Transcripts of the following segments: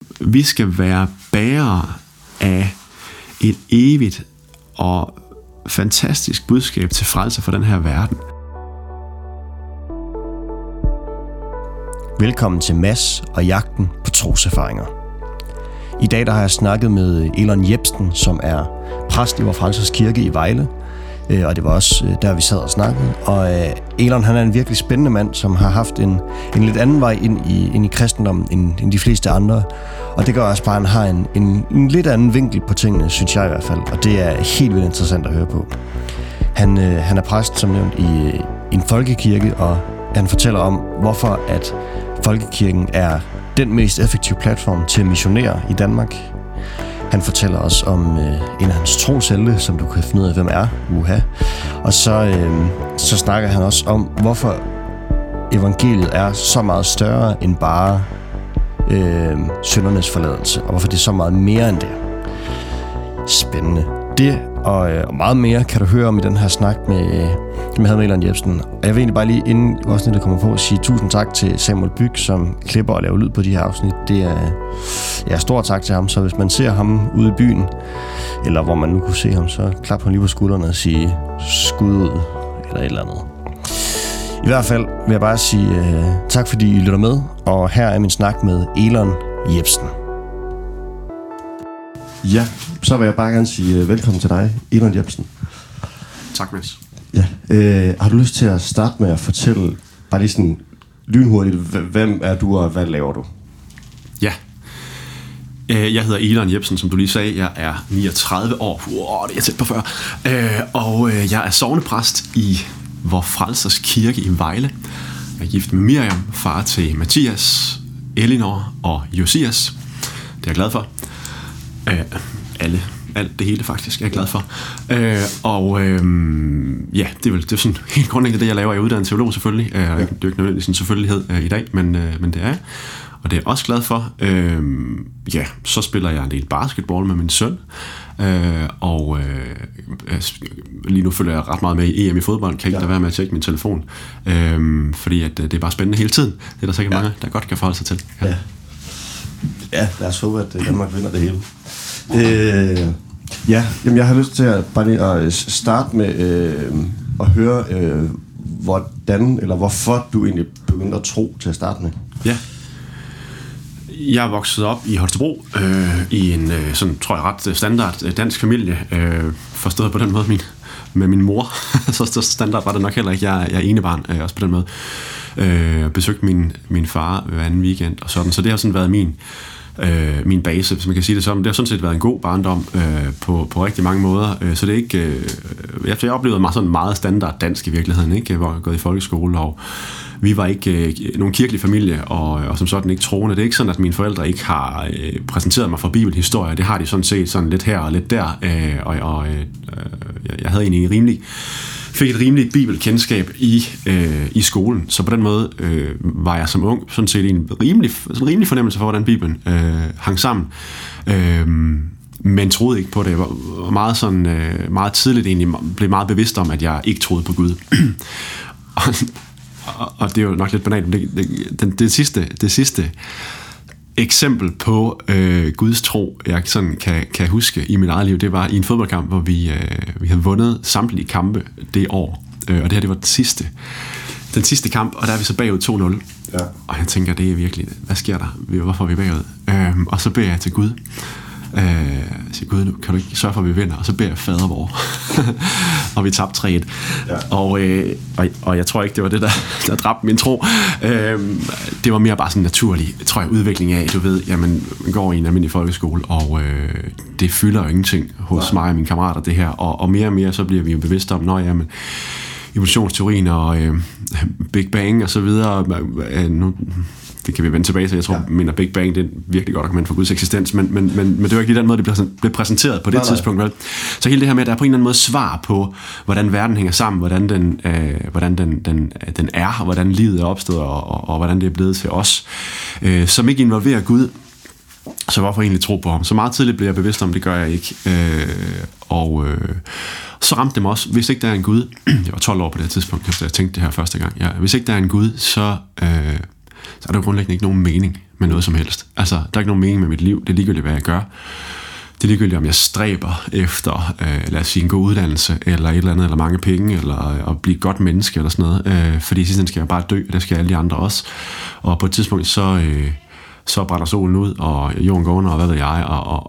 vi skal være bærere af et evigt og fantastisk budskab til frelse for den her verden. Velkommen til Mads og jagten på troserfaringer. I dag der har jeg snakket med Elon Jepsen, som er præst i Vor Frelsers Kirke i Vejle. Og det var også der, vi sad og snakkede. Og Elon, han er en virkelig spændende mand, som har haft en lidt anden vej ind i kristendommen end de fleste andre. Og det gør også bare, at han har en lidt anden vinkel på tingene, synes jeg i hvert fald. Og det er helt vildt interessant at høre på. Han er præst, som nævnt, i en folkekirke, og han fortæller om, hvorfor at folkekirken er den mest effektive platform til at missionere i Danmark. Han fortæller os om en af hans troshelte, som du kan finde ud af, hvem er. Og så snakker han også om, hvorfor evangeliet er så meget større end bare syndernes forladelse, og hvorfor det er så meget mere end det. Spændende. Det og meget mere kan du høre om i den her snak med Elon Jepsen. Og jeg vil egentlig bare lige, inden afsnittet kommer på, sige tusind tak til Samuel Byg, som klipper og laver lyd på de her afsnit. Det er stor tak til ham, så hvis man ser ham ude i byen, eller hvor man nu kunne se ham, så klap ham lige på skuldrene og sige skud ud, eller et eller andet. I hvert fald vil jeg bare sige tak, fordi I lytter med, og her er min snak med Elon Jepsen. Ja, så vil jeg bare gerne sige velkommen til dig, Elon Jepsen. Tak, Mads. Ja, har du lyst til at starte med at fortælle, bare lige sådan lynhurtigt, hvem er du, og hvad laver du? Ja. Jeg hedder Elon Jepsen, som du lige sagde. Jeg er 39 år. Det er tæt på 40. Og jeg er sognepræst i Vor Frelsers Kirke i Vejle. Jeg er gift med Miriam, far til Mathias, Elinor og Josias. Det er jeg glad for. Alt det hele faktisk er jeg glad for. Ja, det er sådan helt grundlæggende det, jeg laver. Jeg er uddannet teolog selvfølgelig. Det er ikke nødvendigvis en selvfølgelighed i dag, men det er jeg. Og det er jeg også glad for. Så spiller jeg en del basketball med min søn. Lige nu følger jeg ret meget med i EM i fodbold. Kan ikke lade være med at tjekke min telefon. Fordi at det er bare spændende hele tiden. Det er der sikkert mange, der godt kan forholde sig til. Ja, lad os håbe, at Danmark vinder det hele. Jamen jeg har lyst til at bare lige at starte med at høre, hvordan eller hvorfor du egentlig begyndte at tro til at starte med. Ja. Jeg er vokset op i Holstebro i en sådan, tror jeg, ret standard dansk familie, forstået på den måde med min mor. Så standard var det nok heller ikke. Jeg er enebarn også på den måde. Besøgte min far hver anden weekend og sådan. Så det har sådan været min base, hvis man kan sige det sådan. Det har sådan set været en god barndom på rigtig mange måder. Så det er ikke... Jeg oplevede mig sådan meget standard dansk i virkeligheden, ikke? Jeg var gået i folkeskole, og vi var ikke nogen kirkelig familie, og som sådan ikke troende. Det er ikke sådan, at mine forældre ikke har præsenteret mig for bibelhistorie. Det har de sådan set sådan lidt her og lidt der. Jeg havde egentlig fik et rimeligt bibelkendskab i skolen. Så på den måde var jeg som ung sådan set en rimelig fornemmelse for, hvordan Bibelen hang sammen. Men troede ikke på det. Jeg var meget, sådan, meget tidligt egentlig blev meget bevidst om, at jeg ikke troede på Gud. og det er jo nok lidt banalt. Det sidste eksempel på Guds tro, jeg sådan kan huske i mit eget liv, det var i en fodboldkamp, hvor vi havde vundet samtlige kampe det år. Og det her, det var den sidste kamp, og der er vi så bagud 2-0. Ja. Og jeg tænker, det er virkelig, hvad sker der? Hvorfor er vi bagud? Og så beder jeg til Gud. Jeg siger, Gud, nu kan du ikke sørge for, at vi vinder? Og så beder jeg fader vor. Og vi tabte 3-1. Ja. Og jeg tror ikke, det var det, der dræbte min tro. Det var mere bare sådan en naturlig, tror jeg, udvikling af, du ved, jamen, man går i en almindelig folkeskole, og det fylder jo ingenting hos mig og mine kammerater, det her. Og mere og mere, så bliver vi jo bevidste om, jamen, evolutionsteorien og Big Bang og så videre. Det kan vi vende tilbage til. Jeg tror, mener Big Bang, det er virkelig godt argument for Guds eksistens, men det var ikke lige den måde, det blev præsenteret på det tidspunkt. Vel? Så hele det her med, at der er på en eller anden måde svar på, hvordan verden hænger sammen, hvordan den er, og hvordan livet er opstået, og hvordan det er blevet til os, som ikke involverer Gud. Så hvorfor egentlig tro på ham? Så meget tidligt blev jeg bevidst om, det gør jeg ikke. Så ramte det mig også, hvis ikke der er en Gud, jeg var 12 år på det her tidspunkt, efter jeg tænkte det her første gang, hvis ikke der er en Gud, så så er der grundlæggende ikke nogen mening med noget som helst. Altså, der er ikke nogen mening med mit liv. Det er ligegyldigt, hvad jeg gør. Det er ligegyldigt, om jeg stræber efter, lad os sige, en god uddannelse, eller et eller andet, eller mange penge, eller at blive et godt menneske, eller sådan noget. Fordi i sidste ende skal jeg bare dø, og det skal alle de andre også. Og på et tidspunkt, så brænder solen ud, og jorden går under, og hvad ved jeg,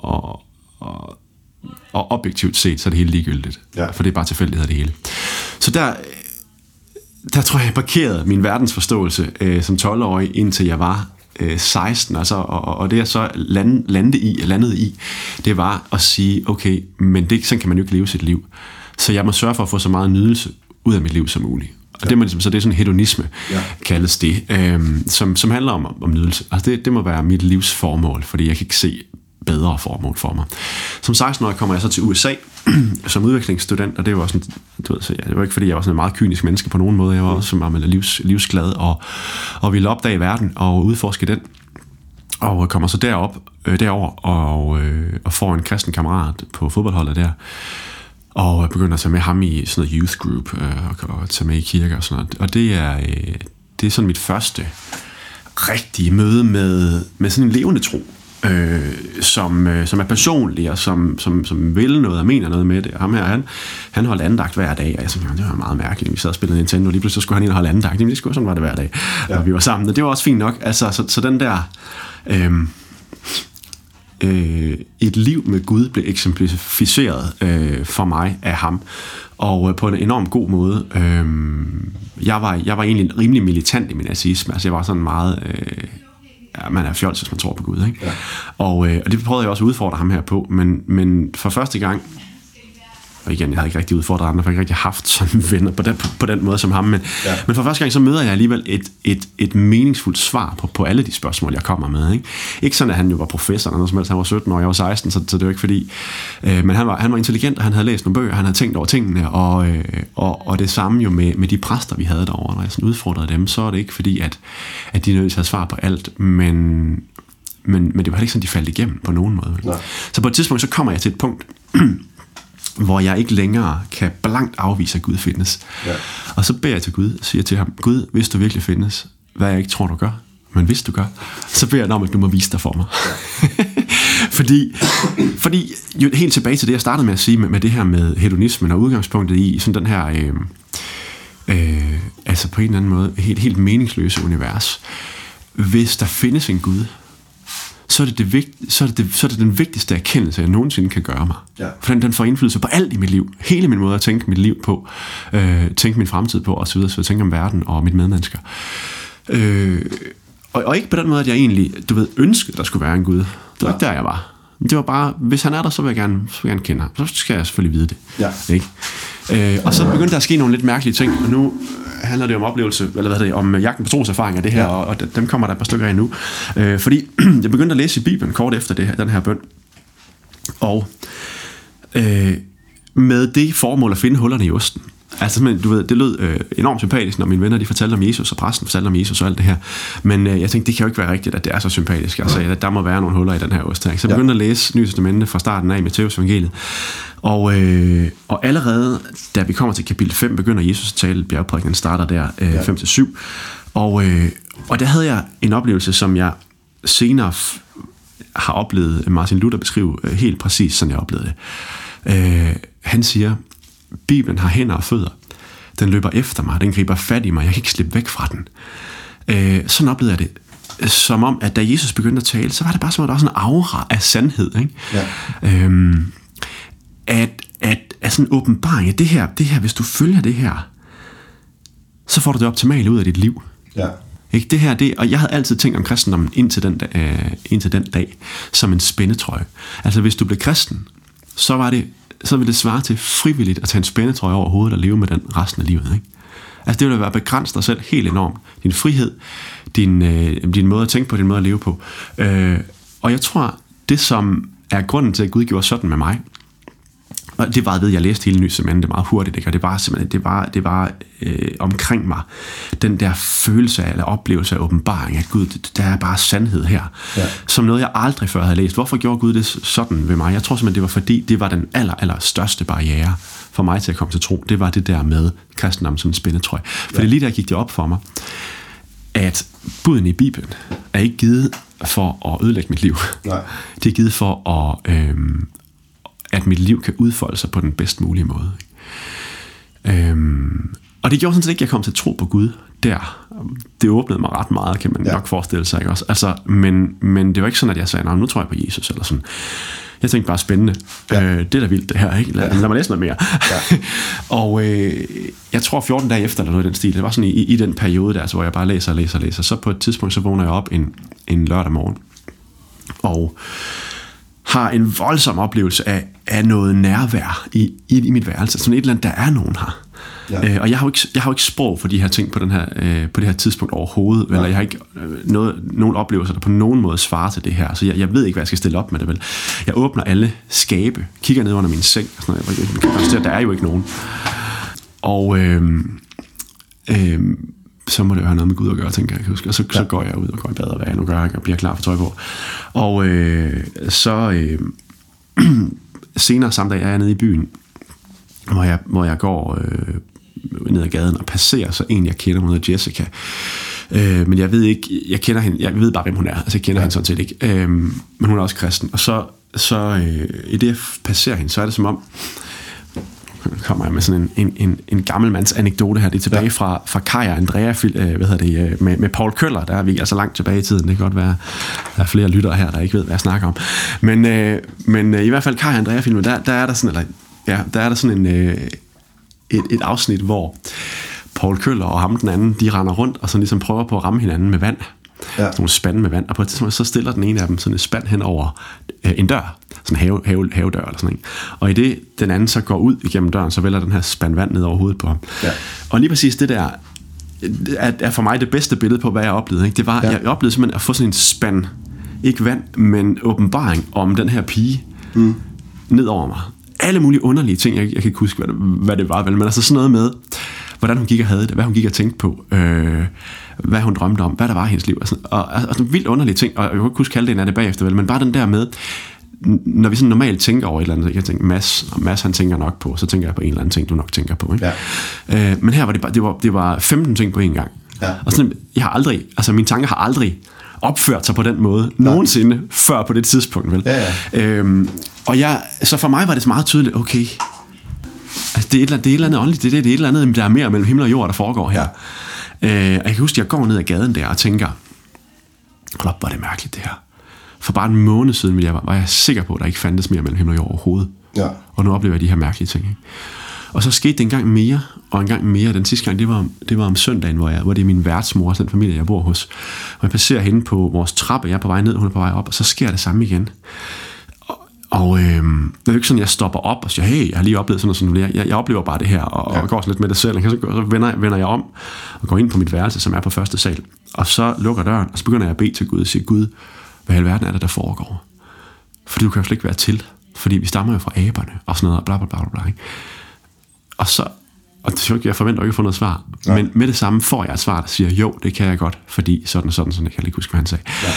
og objektivt set, så er det helt ligegyldigt. Ja. For det er bare tilfældighed det hele. Så der tror jeg parkerede min verdensforståelse som 12-årig, indtil jeg var 16, altså, og det jeg så landede i, det var at sige, okay, men sådan kan man jo ikke leve sit liv. Så jeg må sørge for at få så meget nydelse ud af mit liv som muligt. Og det må ligesom, så det er sådan hedonisme, kaldes det, som handler om nydelse. Altså det må være mit livs formål, fordi jeg kan ikke se bedre formål for mig. Som 16-årig kommer jeg så til USA som udvekslingsstudent, og det var også det var ikke fordi jeg var sådan en meget kynisk menneske på nogen måde. Jeg var også meget livsglad og ville opdage verden og udforske den. Og kommer så derover og får en kristen kammerat på fodboldholdet der. Og begynder at tage med ham i sådan noget youth group og tage med i kirke og sådan noget. Og det er sådan mit første rigtige møde med sådan en levende tro. Som er personlig og som vil noget og mener noget med det. Og ham her, han holdt andagt hver dag, og jeg tænkte, det var meget mærkeligt. Vi sad og spillede Nintendo, og lige pludselig så skulle han ind og holde andagt. Jamen, det skulle sådan var det hver dag, og vi var sammen. Og det var også fint nok. Altså, så den der et liv med Gud blev eksemplificeret for mig af ham, og på en enormt god måde. Jeg var egentlig rimelig militant i min ateisme. Altså, jeg var sådan meget man er fjols, hvis man tror på Gud, ikke? Ja. Og det prøvede jeg også at udfordre ham her på, men for første gang, og igen, jeg havde ikke rigtig udfordret andre, for jeg havde ikke rigtig haft sådan venner på den måde som ham, men for første gang, så møder jeg alligevel et meningsfuldt svar på alle de spørgsmål, jeg kommer med, ikke? Ikke sådan, at han jo var professor eller noget som helst, han var 17 år, jeg var 16, så det var ikke fordi, men han var intelligent, og han havde læst nogle bøger, han havde tænkt over tingene, og det samme jo med de præster, vi havde derovre, når jeg sådan udfordrede dem, så er det ikke fordi, at de nødvendigvis havde svar på alt, men det var ikke sådan, de faldt igennem på nogen måde. Nej. Så på et tidspunkt, så kommer jeg til et punkt, hvor jeg ikke længere kan blankt afvise, at Gud findes. Ja. Og så beder jeg til Gud, siger til ham, Gud, hvis du virkelig findes, hvad jeg ikke tror, du gør, men hvis du gør, så beder jeg dig om, at du må vise dig for mig. Ja. fordi jo, helt tilbage til det, jeg startede med at sige, med det her med hedonismen og udgangspunktet i sådan den her, altså på en eller anden måde, helt meningsløse univers. Hvis der findes en Gud, så er det den vigtigste erkendelse, jeg nogensinde kan gøre mig. Ja. For den får indflydelse på alt i mit liv. Hele min måde at tænke mit liv på, tænke min fremtid på, og så videre, så tænke om verden og mit medmennesker. Og ikke på den måde, at jeg egentlig, ønskede, at der skulle være en Gud. Det var ikke der, jeg var. Det var bare, hvis han er der, så vil jeg gerne kende ham. Så skal jeg selvfølgelig vide det. Ja. Ikke? Og så begyndte der at ske nogle lidt mærkelige ting, og nu handler det om oplevelse, eller om jagten på troserfaringer, det her, og dem kommer der et par stykker af nu. Fordi jeg begyndte at læse i Bibelen kort efter den her bøn, og med det formål at finde hullerne i osten. Altså, det lød enormt sympatisk, når mine venner de fortalte om Jesus, og præsten fortalte om Jesus og alt det her. Men jeg tænkte, det kan jo ikke være rigtigt, at det er så sympatisk. Altså, der må være nogle huller i den her ost. Så jeg begyndte at læse Nye Testamentet fra starten af i Matteus evangeliet. Og allerede, da vi kommer til kapitel 5, begynder Jesus at tale, bjergprædikenen starter der 5-7. Og der havde jeg en oplevelse, som jeg senere har oplevet Martin Luther beskrive helt præcis, sådan jeg oplevede det. Han siger, Bibelen har hænder og fødder. Den løber efter mig, den griber fat i mig, jeg kan ikke slippe væk fra den. Sådan oplevede jeg det. Som om, at da Jesus begyndte at tale, så var det bare som, at der var sådan en aura af sandhed. Ikke? Ja. At sådan en åbenbaring af det her, hvis du følger det her, så får du det optimale ud af dit liv. Ja. Ikke? Det her, og jeg havde altid tænkt om kristendommen indtil den dag som en spændetrøje. Altså hvis du blev kristen, så ville det svare til frivilligt at tage en spændetrøje over hovedet og leve med den resten af livet. Ikke? Altså det ville være begrænse dig selv helt enormt. Din frihed, din måde at tænke på, din måde at leve på. Og jeg tror, det som er grunden til, at Gud gjorde sådan med mig, og det var ved, jeg læste hele Nye Testamentet meget hurtigt, ikke? Og det var simpelthen, det var omkring mig, den der følelse af, eller oplevelse af åbenbaring, at Gud, der er bare sandhed her, som noget, jeg aldrig før havde læst. Hvorfor gjorde Gud det sådan ved mig? Jeg tror simpelthen, det var fordi, det var den aller største barriere for mig til at komme til tro. Det var det der med kristendom som en spændetrøje. For det lige der gik det op for mig, at buden i Bibelen er ikke givet for at ødelægge mit liv. Nej. Det er givet for at mit liv kan udfolde sig på den bedst mulige måde. Og det gjorde sådan set ikke, at jeg kom til at tro på Gud der. Det åbnede mig ret meget, kan man nok forestille sig, ikke også? Altså, men det var ikke sådan, at jeg sagde, nu tror jeg på Jesus, eller sådan. Jeg tænkte bare, spændende. Ja. Det er da vildt, det her, ikke? Lad mig læse noget mere. Ja. Og jeg tror 14 dage efter, eller noget i den stil, det var sådan i den periode der, hvor jeg bare læser. Så på et tidspunkt, så vågner jeg op en lørdag morgen, og har en voldsom oplevelse af noget nærvær i mit værelse. Sådan et eller andet, der er nogen her. Ja. Og jeg har jo ikke sprog for de her ting på det her tidspunkt overhovedet, eller jeg har ikke nogen oplevelser, der på nogen måde svarer til det her, så jeg ved ikke, hvad jeg skal stille op med det, vel. Jeg åbner alle skabe, kigger ned under min seng, og sådan noget. Jeg kan konstatere, at der er jo ikke nogen. Og så må det jo have noget med Gud at gøre, tænker jeg, kan huske. Og så går jeg ud og går i bad, og hvad jeg nu gør, og bliver klar for tøj på. Og senere samme dag er jeg nede i byen, hvor jeg går ned ad gaden og passerer så en, jeg kender, hun hedder Jessica. Men jeg ved ikke, jeg kender hende, jeg ved bare, hvem hun er. Altså jeg kender hende sådan set ikke. Men hun er også kristen. Og så i det, jeg passerer hende, så er det som om, kommer jeg med sådan en gammelmands anekdote her. Det er tilbage fra Kaj og Andrea, med Paul Køller. Der er vi altså langt tilbage i tiden. Det kan godt være, der er flere lyttere her, der ikke ved, hvad jeg snakker om. Men i hvert fald Kaj og Andrea-filmen, der er der sådan, der er der sådan et afsnit, hvor Paul Køller og ham den anden, de render rundt og så ligesom prøver på at ramme hinanden med vand. Ja. Sådan nogle spande med vand. Og på et tidspunkt så stiller den ene af dem sådan et spand hen over en dør. Sådan en havedør eller sådan en. Og i det den anden så går ud igennem døren, så vælger den her spand vand ned over hovedet på ham. Ja. Og lige præcis det der er for mig det bedste billede på, hvad jeg oplevede. Ikke? Det var, jeg oplevede simpelthen at få sådan en spand, ikke vand, men åbenbaring om den her pige ned over mig. Alle mulige underlige ting, jeg kan ikke huske, hvad det var, vel, men altså sådan noget med, hvordan hun gik og havde det, hvad hun gik og tænkte på, hvad hun drømte om, hvad der var i hendes liv, og sådan vildt underlige ting, og jeg kan ikke huske halvdelen af det bagefter, vel, men bare den der med, når vi sådan normalt tænker over et eller andet, jeg tænker, Mads han tænker nok på, så tænker jeg på en eller anden ting, du nok tænker på, ikke? Ja. Men her var det var 15 ting på en gang, og sådan, mine tanker har aldrig opført sig på den måde nogensinde før på det tidspunkt, vel? Og så for mig var det meget tydeligt, okay, altså det er et eller andet åndeligt, det er et eller andet, der er mere mellem himmel og jord, der foregår her. Jeg kan huske, at jeg går ned ad gaden der og tænker, hold op, hvor er det mærkeligt det her. For bare en måned siden var jeg sikker på, at der ikke fandtes mere mellem himmel og jord overhovedet. Ja. Og nu oplever jeg de her mærkelige ting. Ikke? Og så skete det en gang mere, og en gang mere. Den sidste gang, det var om søndagen, hvor det er min værtsmor, den familie, jeg bor hos. Og jeg passerer hende på vores trappe, jeg er på vej ned, hun er på vej op, og så sker det samme igen. Og det er jo ikke sådan, jeg stopper op og siger, hey, jeg har lige oplevet sådan noget. Jeg oplever bare det her, og går sådan lidt med det selv. Så vender jeg om og går ind på mit værelse, som er på første sal. Og så lukker døren, og så begynder jeg at bede til Gud og sige, Gud, hvad i alverden er det, der foregår? Fordi du kan jo slet ikke være til. Fordi vi stammer jo fra aberne, og sådan noget, og bla bla bla bla. Ikke? Og jeg forventer ikke at få noget svar. Ja. Men med det samme får jeg et svar, der siger, jo, det kan jeg godt, fordi sådan, jeg kan ikke huske, hvad han sagde. Ja.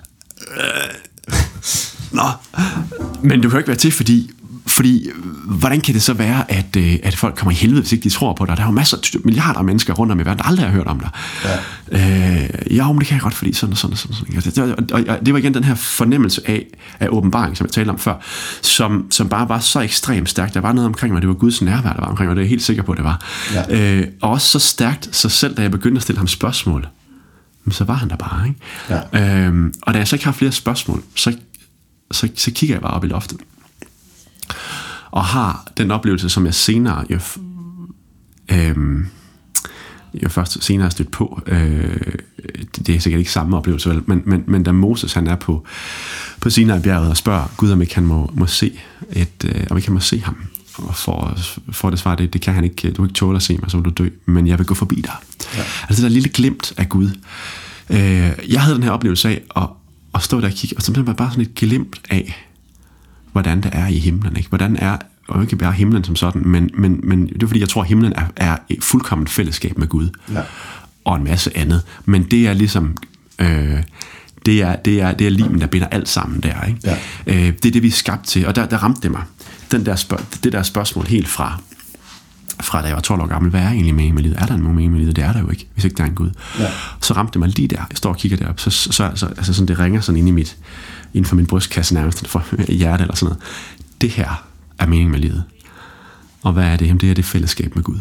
Men du kan jo ikke være til, fordi hvordan kan det så være, at folk kommer i helvede, hvis ikke de tror på dig? Der er jo milliarder af mennesker rundt om i verden, der aldrig har hørt om dig. Ja. Men det kan jeg godt, fordi sådan. Og det var igen den her fornemmelse af åbenbaring, som jeg talte om før, som bare var så ekstremt stærkt. Der var noget omkring mig, det var Guds nærvær, der var omkring mig, det er jeg helt sikker på, det var. Ja. Og også så stærkt, så selv da jeg begyndte at stille ham spørgsmål, så var han der bare, ikke? Ja. Og da jeg så ikke har flere spørgsmål, så kigger jeg bare op i loftet og har den oplevelse, som jeg senere senere stødt på, det er sikkert ikke samme oplevelse, vel, men da Moses han er på Sinai-bjerget og spørger Gud, om ikke han må se om ikke han må se ham, og for det svar, det kan han ikke, du kan ikke tåle at se mig, så vil du dø, men jeg vil gå forbi dig. Ja. Altså det der lille glimt af Gud. Jeg havde den her oplevelse af at stå der og kigge, og så var bare sådan et glimt af, hvordan det er i himlen, ikke? Hvordan er, og ikke bare himlen som sådan, men det er fordi, jeg tror, at himlen er et fuldkomment fællesskab med Gud, og en masse andet, men det er ligesom, det er limen, der binder alt sammen der, ikke? Ja. Det er det, vi er skabt til, og der ramte det mig, det der spørgsmål helt fra, fra da jeg var 12 år gammel, hvad er egentlig mening med livet? Er der nogen mening med livet? Det er der jo ikke, hvis ikke der er en Gud. Ja. Så ramte det mig lige der. Jeg står og kigger derop, så altså sådan, det ringer sådan inden for min brystkasse nærmest, for hjerte eller sådan noget. Det her er mening med livet. Og hvad er det? Jamen, det er det fællesskab med Gud.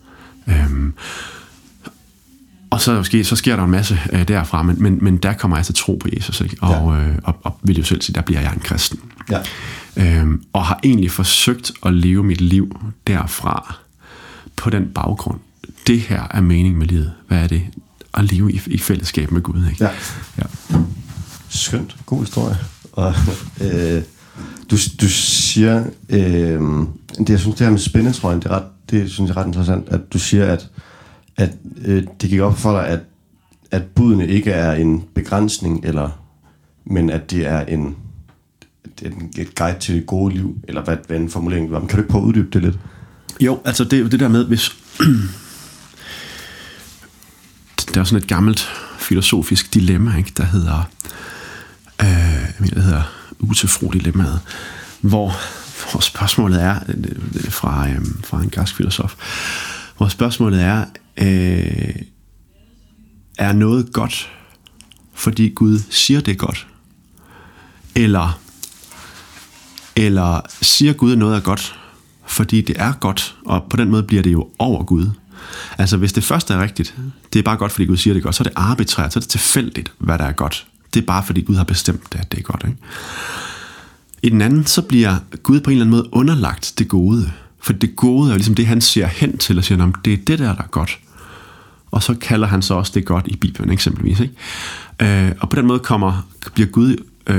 Og så sker der en masse derfra, men der kommer jeg til tro på Jesus, ikke? Og vil jo selv sige, der bliver jeg en kristen. Ja. Og har egentlig forsøgt at leve mit liv derfra på den baggrund. Det her er mening med livet. Hvad er det? At leve i fællesskab med Gud, ikke? Ja. Skønt. God historie. Og du siger, jeg synes det her med spændetrøjen, det synes jeg er ret interessant, at du siger, at det gik op for dig, at budene ikke er en begrænsning, men at det er et guide til det gode liv, eller hvad en formulering var. Kan du ikke prøve at uddybe det lidt? Jo, altså det der med, hvis der er sådan et gammelt filosofisk dilemma, ikke, der hedder utilfro-dilemmaet, hvor spørgsmålet er fra en græsk filosof, hvor spørgsmålet er noget godt, fordi Gud siger det er godt, eller siger Gud noget er godt, fordi det er godt, og på den måde bliver det jo over Gud. Altså hvis det første er rigtigt, det er bare godt, fordi Gud siger det er godt, så er det arbitrært, så er det tilfældigt, hvad der er godt. Det er bare fordi Gud har bestemt det, at det er godt, ikke? I den anden, så bliver Gud på en eller anden måde underlagt det gode. For det gode er jo ligesom det, han ser hen til og siger, det er det der er godt. Og så kalder han så også det godt i Bibelen, eksempelvis, ikke? Og på den måde bliver Gud,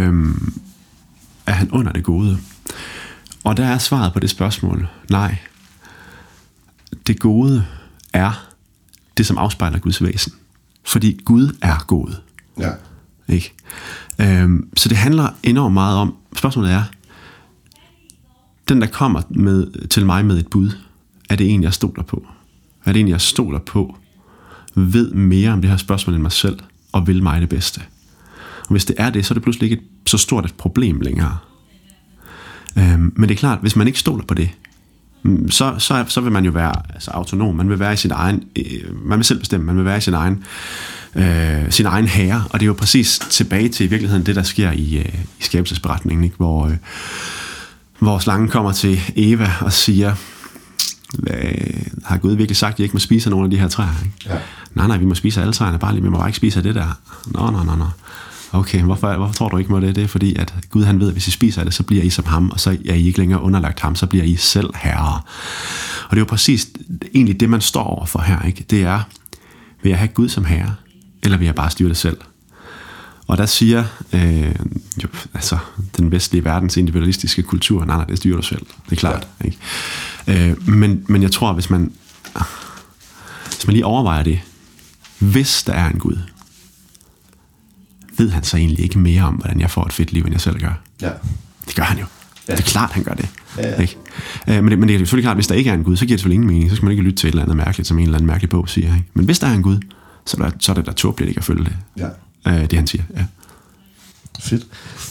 er han under det gode. Og der er svaret på det spørgsmål, nej. Det gode er det, som afspejler Guds væsen. Fordi Gud er god. Ja. Ikke? Så det handler enormt meget om, spørgsmålet er, den der kommer til mig med et bud, er det en, jeg stoler på? Er det en, jeg stoler på, ved mere om det her spørgsmål end mig selv, og vil mig det bedste? Og hvis det er det, så er det pludselig ikke så stort et problem længere. Men det er klart, hvis man ikke stoler på det, så vil man jo være autonom. Man vil være i sin egen, man vil selv bestemme, man vil være i sin egen herre, og det er jo præcis tilbage til i virkeligheden det, der sker i skabelsesberetningen, ikke? Hvor slangen kommer til Eva og siger, har Gud virkelig sagt, at I ikke må spise af nogle af de her træer? Ikke? Ja. Nej, vi må spise af alle træerne, bare lige, vi må bare ikke spise af det der. Nå. Okay, hvorfor tror du ikke må det? Det er fordi, at Gud han ved, at hvis I spiser af det, så bliver I som ham, og så er I ikke længere underlagt ham, så bliver I selv herrer. Og det er jo præcis egentlig det, man står over for her, ikke? Det er, vil jeg have Gud som herre, eller vil jeg bare styre det selv? Og der siger den vestlige verdens individualistiske kultur, nej, det styrer du selv. Det er klart. Ja. Ikke? Men jeg tror, hvis man lige overvejer det, hvis der er en Gud, ved han så egentlig ikke mere om, hvordan jeg får et fedt liv, end jeg selv gør? Ja. Det gør han jo. Ja. Det er klart, han gør det. Ja. Ikke? Men det er selvfølgelig klart, at hvis der ikke er en Gud, så giver det selvfølgelig ingen mening. Så skal man ikke lytte til et eller andet mærkeligt, som en eller anden mærkelig bog siger. Ikke? Men hvis der er en Gud, så er det da tåbeligt ikke at følge det. Ja. Det han siger. Ja. Fedt.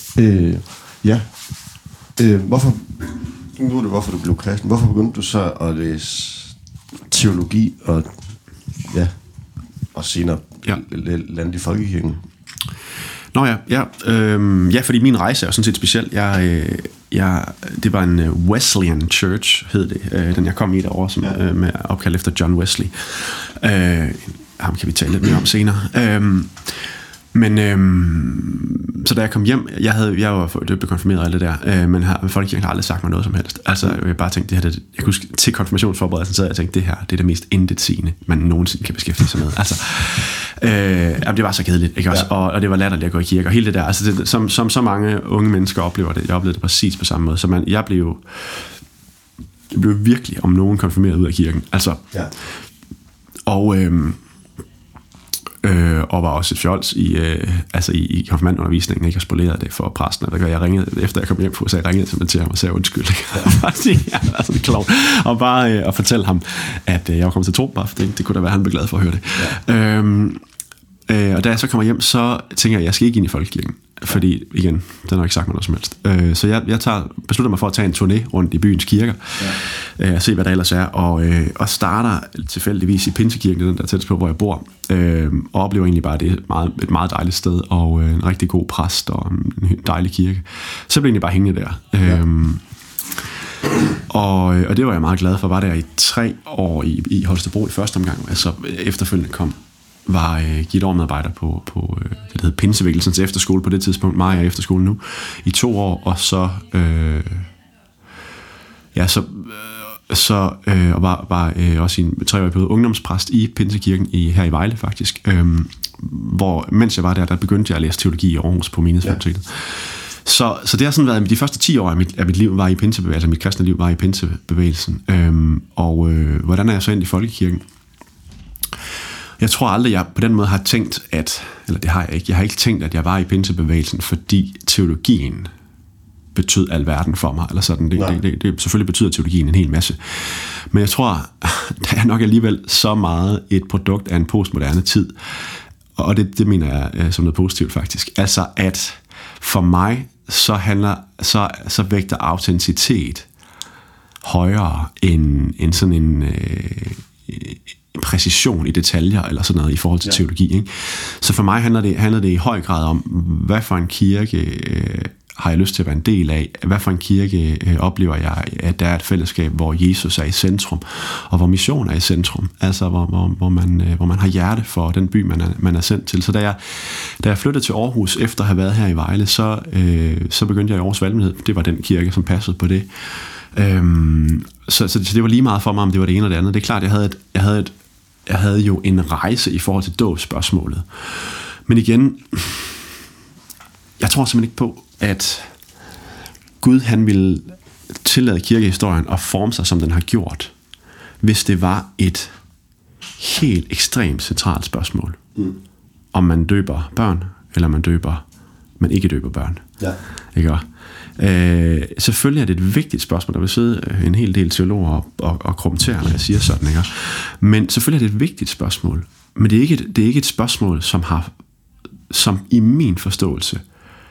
Hvorfor du blev kristen? Hvorfor begyndte du så at læse teologi og senere lande i folkekirken? Nå ja, fordi min rejse er sådan set speciel. Det var en Wesleyan Church, hed det, den jeg kom i derovre, som med opkald efter John Wesley. Ham kan vi tale lidt mere om senere. Så da jeg kom hjem, jeg var døbt konfirmeret og alt det der, men folkekirken har aldrig sagt mig noget som helst. Altså, jeg bare tænkte, jeg kunne huske, til konfirmationsforberedelsen, så jeg tænkte, det her, det er det mest intetsigende, man nogensinde kan beskæftige sig med. Altså, det var så kedeligt, ikke også? Ja. Og det var latterligt at gå i kirke, og hele det der, altså det, som så mange unge mennesker oplever det, jeg oplevede det præcis på samme måde, så jeg blev virkelig om nogen konfirmeret ud af kirken. Altså, ja. Og var også et fjols i konfirmandundervisningen, ikke, og spolerede det for præsten, og jeg ringede, efter jeg kom hjem på, så jeg ringede til ham og sagde undskyld, ja, altså det klovn, og bare at fortælle ham, at jeg var kommet til tro, bare for det kunne da være, han blev glad for at høre det. Og da jeg så kommer hjem, så tænker jeg skal ikke ind i folkekirken. Fordi, igen, den har ikke sagt mig noget som helst. Så jeg beslutter mig for at tage en turné rundt i byens kirker, og se, hvad der ellers er, og starter tilfældigvis i Pinsekirken, den der tæt på, hvor jeg bor, og oplever egentlig bare, det er et meget dejligt sted, og en rigtig god præst, og en dejlig kirke. Så blev jeg egentlig bare hængende der. Og det var jeg meget glad for. Var der i 3 år i Holstebro i første omgang, altså efterfølgende var givet overmedarbejder på det hedder Pinsevækkelsens efterskole på det tidspunkt, Maja efterskole nu, i 2 år, og så og var også i en 3-årig periode ungdomspræst i Pinsekirken her i Vejle faktisk, hvor mens jeg var der begyndte jeg at læse teologi i Aarhus på Menighedsfakultetet. Så det har sådan været, de første 10 år af mit liv var i pinsebevægelsen, altså mit kristne liv var i pinsebevægelsen, hvordan er jeg så ind i folkekirken? Jeg tror aldrig, jeg på den måde har tænkt, eller det har jeg ikke, jeg har ikke tænkt, at jeg var i pinsebevægelsen, fordi teologien betød alverden for mig, eller sådan. Det selvfølgelig betyder teologien en hel masse. Men jeg tror, der er nok alligevel så meget et produkt af en postmoderne tid, og det mener jeg som noget positivt faktisk. Altså, at for mig, så vægter autenticitet højere end sådan en præcision i detaljer eller sådan noget i forhold til teologi. Ikke? Så for mig handler det i høj grad om, hvad for en kirke har jeg lyst til at være en del af? Hvad for en kirke oplever jeg, at der er et fællesskab, hvor Jesus er i centrum, og hvor mission er i centrum, altså hvor man har hjerte for den by, man er sendt til. Så da jeg flyttede til Aarhus, efter at have været her i Vejle, så begyndte jeg i Aarhus Valgmenighed. Det var den kirke, som passede på det. Så det var lige meget for mig, om det var det ene eller det andet. Det er klart, jeg havde jo en rejse i forhold til dåbsspørgsmålet. Men igen, jeg tror simpelthen ikke på, at Gud han ville tillade kirkehistorien at forme sig, som den har gjort, hvis det var et helt ekstremt centralt spørgsmål. Om man døber børn, eller man ikke døber børn. Ja. Ikke? Selvfølgelig er det et vigtigt spørgsmål. Der vil sidde en hel del teologer og kommentere, når jeg siger sådan. Ikke? Men selvfølgelig er det et vigtigt spørgsmål. Men det er ikke et spørgsmål, som i min forståelse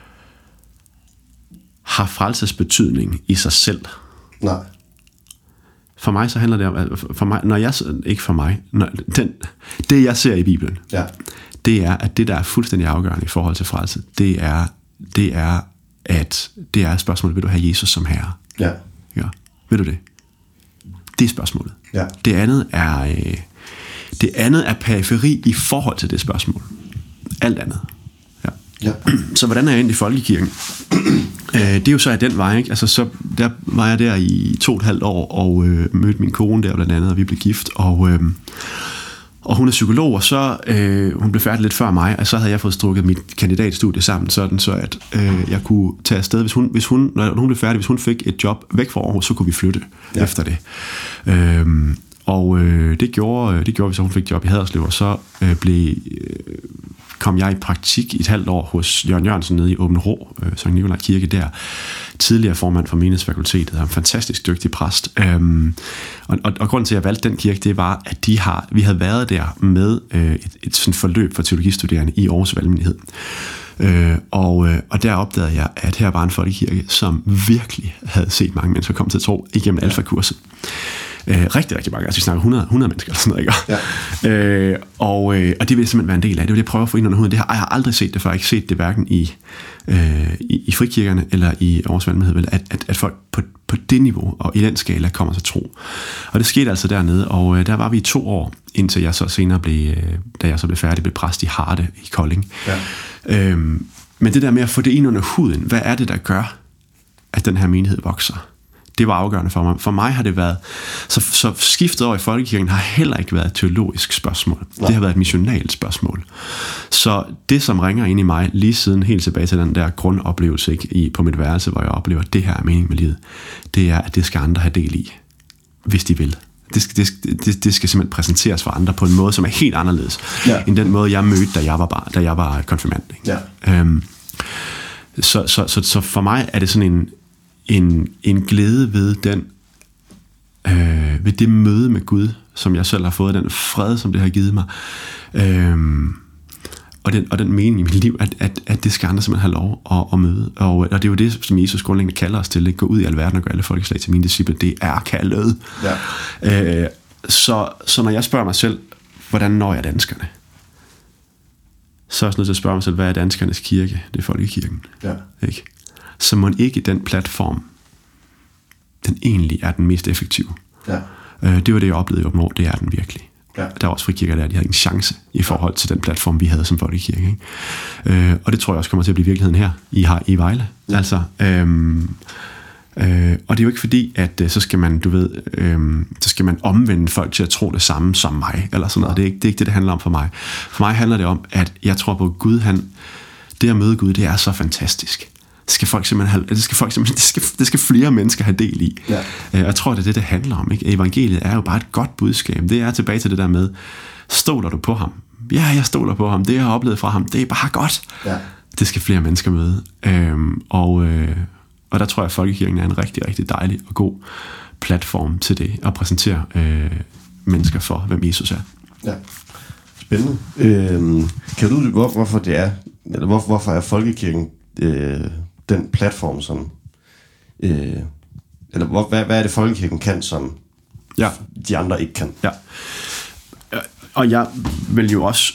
har frelsesbetydning i sig selv. Nej. For mig så handler det om, det jeg ser i Bibelen, det er, at det der er fuldstændig afgørende i forhold til frelse, det er at det er et spørgsmål, vil du have Jesus som herre? Ja. Vil du det? Det er spørgsmålet. Ja. Det andet er periferi i forhold til det spørgsmål. Alt andet. Ja. Så hvordan er jeg ind i folkekirken? Det er jo så af den vej, ikke? Altså, så der var jeg der i 2,5 år og mødte min kone der blandt andet, og vi blev gift, og hun er psykolog, og så hun blev færdig lidt før mig, og så havde jeg fået strukket mit kandidatstudie sammen, sådan så at jeg kunne tage afsted, når hun blev færdig, hvis hun fik et job væk fra Aarhus, så kunne vi flytte efter det. Det gjorde vi, så hun fik job i Haderslev, og så kom jeg i praktik i et halvt år hos Jørgen Jørgensen nede i Åben Rå, Sankt Nikolaj Kirke der, tidligere formand for Menighedsfakultetet, og en fantastisk dygtig præst. Og grunden til, at jeg valgte den kirke, det var, at vi havde været der med et sådan forløb for teologistuderende i Aarhus Valgmenighed. Og der opdagede jeg, at her var en folkekirke, som virkelig havde set mange mennesker komme til at tro igennem alfakurset. Rigtig, rigtig mange. Altså vi snakker 100 mennesker eller sådan noget, ikke? Ja. Og det vil simpelthen være en del af det. Det vil jeg prøve at få ind under huden. Jeg har aldrig set det før. Jeg har ikke set det hverken i frikirkerne eller i Aarhus Valgmenighed, at folk på det niveau og i den skala kommer til tro. Og det skete altså dernede, og der var vi i 2 år, indtil jeg så senere da jeg så blev færdig, blev præst i Harde i Kolding. Ja. Men det der med at få det ind under huden, hvad er det, der gør, at den her menighed vokser? Det var afgørende for mig. For mig har det været... Så skiftet over i folkekirken har heller ikke været et teologisk spørgsmål. Nej. Det har været et missionalt spørgsmål. Så det, som ringer ind i mig lige siden helt tilbage til den der grundoplevelse ikke, på mit værelse, hvor jeg oplever, at det her er mening med livet, det er, at det skal andre have del i, hvis de vil. Det skal simpelthen præsenteres for andre på en måde, som er helt anderledes, end den måde, jeg mødte, da jeg var konfirmand. Ja. Så for mig er det sådan en glæde ved ved det møde med Gud, som jeg selv har fået, den fred, som det har givet mig, og den mening i mit liv, at det skal andre simpelthen have lov at møde. Og det er jo det, som Jesus grundlæggende kalder os til. Gå ud i alverden og gøre alle folkeslag til mine disciple. Det er kaldet. Ja. Så når jeg spørger mig selv, hvordan når jeg danskerne? Så er jeg nødt til at spørge mig selv, hvad er danskernes kirke? Det er folkekirken. Ja. Ikke? Så må ikke den platform, den egentlig er den mest effektive. Ja. Det var det, jeg oplevede i Åben Rå. Det er den virkelig. Ja. Der var også frikirker der, de havde en chance i forhold til den platform, vi havde som folkekirke. Ikke? Og det tror jeg også kommer til at blive virkeligheden her i Vejle. Ja. Altså, og det er jo ikke fordi, at så skal man, så skal man omvende folk til at tro det samme som mig, eller sådan noget. Det er ikke det handler om for mig. For mig handler det om, at jeg tror på Gud, det at møde Gud, det er så fantastisk. Det skal flere mennesker have del i. Ja. Jeg tror, det er det handler om. Ikke? Evangeliet er jo bare et godt budskab. Det er tilbage til det der med, stoler du på ham? Ja, jeg stoler på ham. Det, jeg har oplevet fra ham, det er bare godt. Ja. Det skal flere mennesker møde. Og der tror jeg, at folkekirken er en rigtig, rigtig dejlig og god platform til det, at præsentere mennesker for, hvem Jesus er. Ja. Spændende. Kan du hvorfor det er, eller hvorfor er folkekirken den platform, som eller hvad er det folkekirken kan, som de andre ikke kan? Ja. Og jeg vil jo også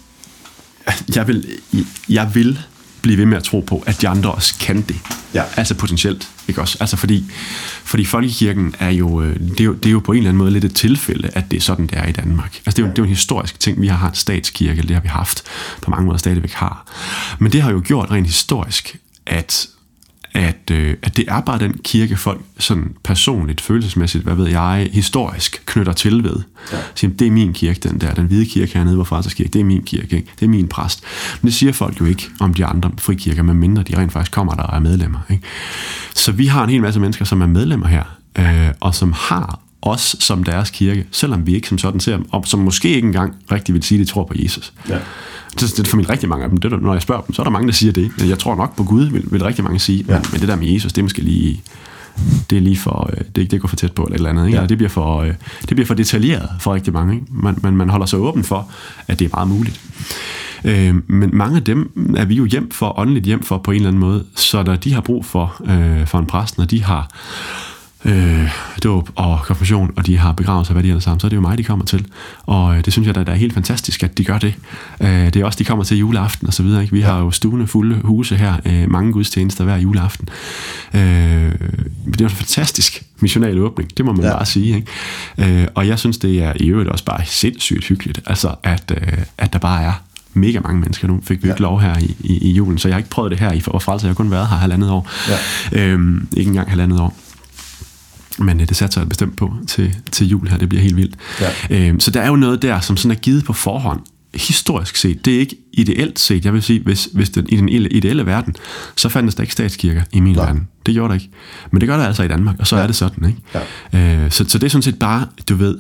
jeg vil blive ved med at tro på, at de andre også kan det. Ja. Altså potentielt, ikke også? Altså fordi folkekirken er jo, det er jo på en eller anden måde lidt et tilfælde, at det er sådan, det er i Danmark. Altså det er jo en historisk ting. Vi har en statskirke, det har vi haft, på mange måder stadigvæk har. Men det har jo gjort rent historisk, at det er bare den kirke, folk sådan personligt, følelsesmæssigt, hvad ved jeg, historisk knytter til ved. Ja. Så, det er min kirke, den hvide kirke hernede hvor Frelsers Kirke, det er min kirke, ikke? Det er min præst. Men det siger folk jo ikke om de andre frikirker, medmindre de rent faktisk kommer der og er medlemmer. Ikke? Så vi har en hel masse mennesker, som er medlemmer her, og som har os som deres kirke, selvom vi ikke som sådan ser dem, og som måske ikke engang rigtig vil sige, at de tror på Jesus. Ja. Det er for rigtig mange af dem. Det, når jeg spørger dem, så er der mange, der siger det. Men jeg tror nok på Gud, vil rigtig mange sige. Ja. Men det der med Jesus, det er måske lige... Det er lige for... Det går for tæt på, eller et eller andet. Ikke? Ja. Det bliver for detaljeret for rigtig mange. Ikke? Man holder sig åben for, at det er meget muligt. Men mange af dem er vi jo åndeligt hjem for på en eller anden måde. Så når de har brug for en præst, når de har... dåb og konfirmation, og de har begravet sig, hvad de ellers sammen, så er det jo mig, de kommer til. Og det synes jeg, der er helt fantastisk, at de gør det. Det er også, de kommer til juleaften og så videre. Ikke? Vi har jo stuende fulde huse her, mange gudstjenester hver juleaften. Det er jo en fantastisk missional åbning, det må man bare sige. Ikke? Og jeg synes, det er i øvrigt også bare sindssygt hyggeligt, altså at der bare er mega mange mennesker. Nu fik vi ikke lov her i julen, så jeg har ikke prøvet det her i Frelse. Jeg har kun været her 1,5 år. Ja. Ikke engang 1,5 år. Men det satser jeg bestemt på til jul her. Det bliver helt vildt. Ja. Så der er jo noget der, som sådan er givet på forhånd. Historisk set. Det er ikke ideelt set. Jeg vil sige, hvis i den ideelle verden, så fandtes der ikke statskirker i min verden. Det gjorde der ikke. Men det gør der altså i Danmark, og så er det sådan. Ikke? Ja. Så det er sådan set bare, du ved...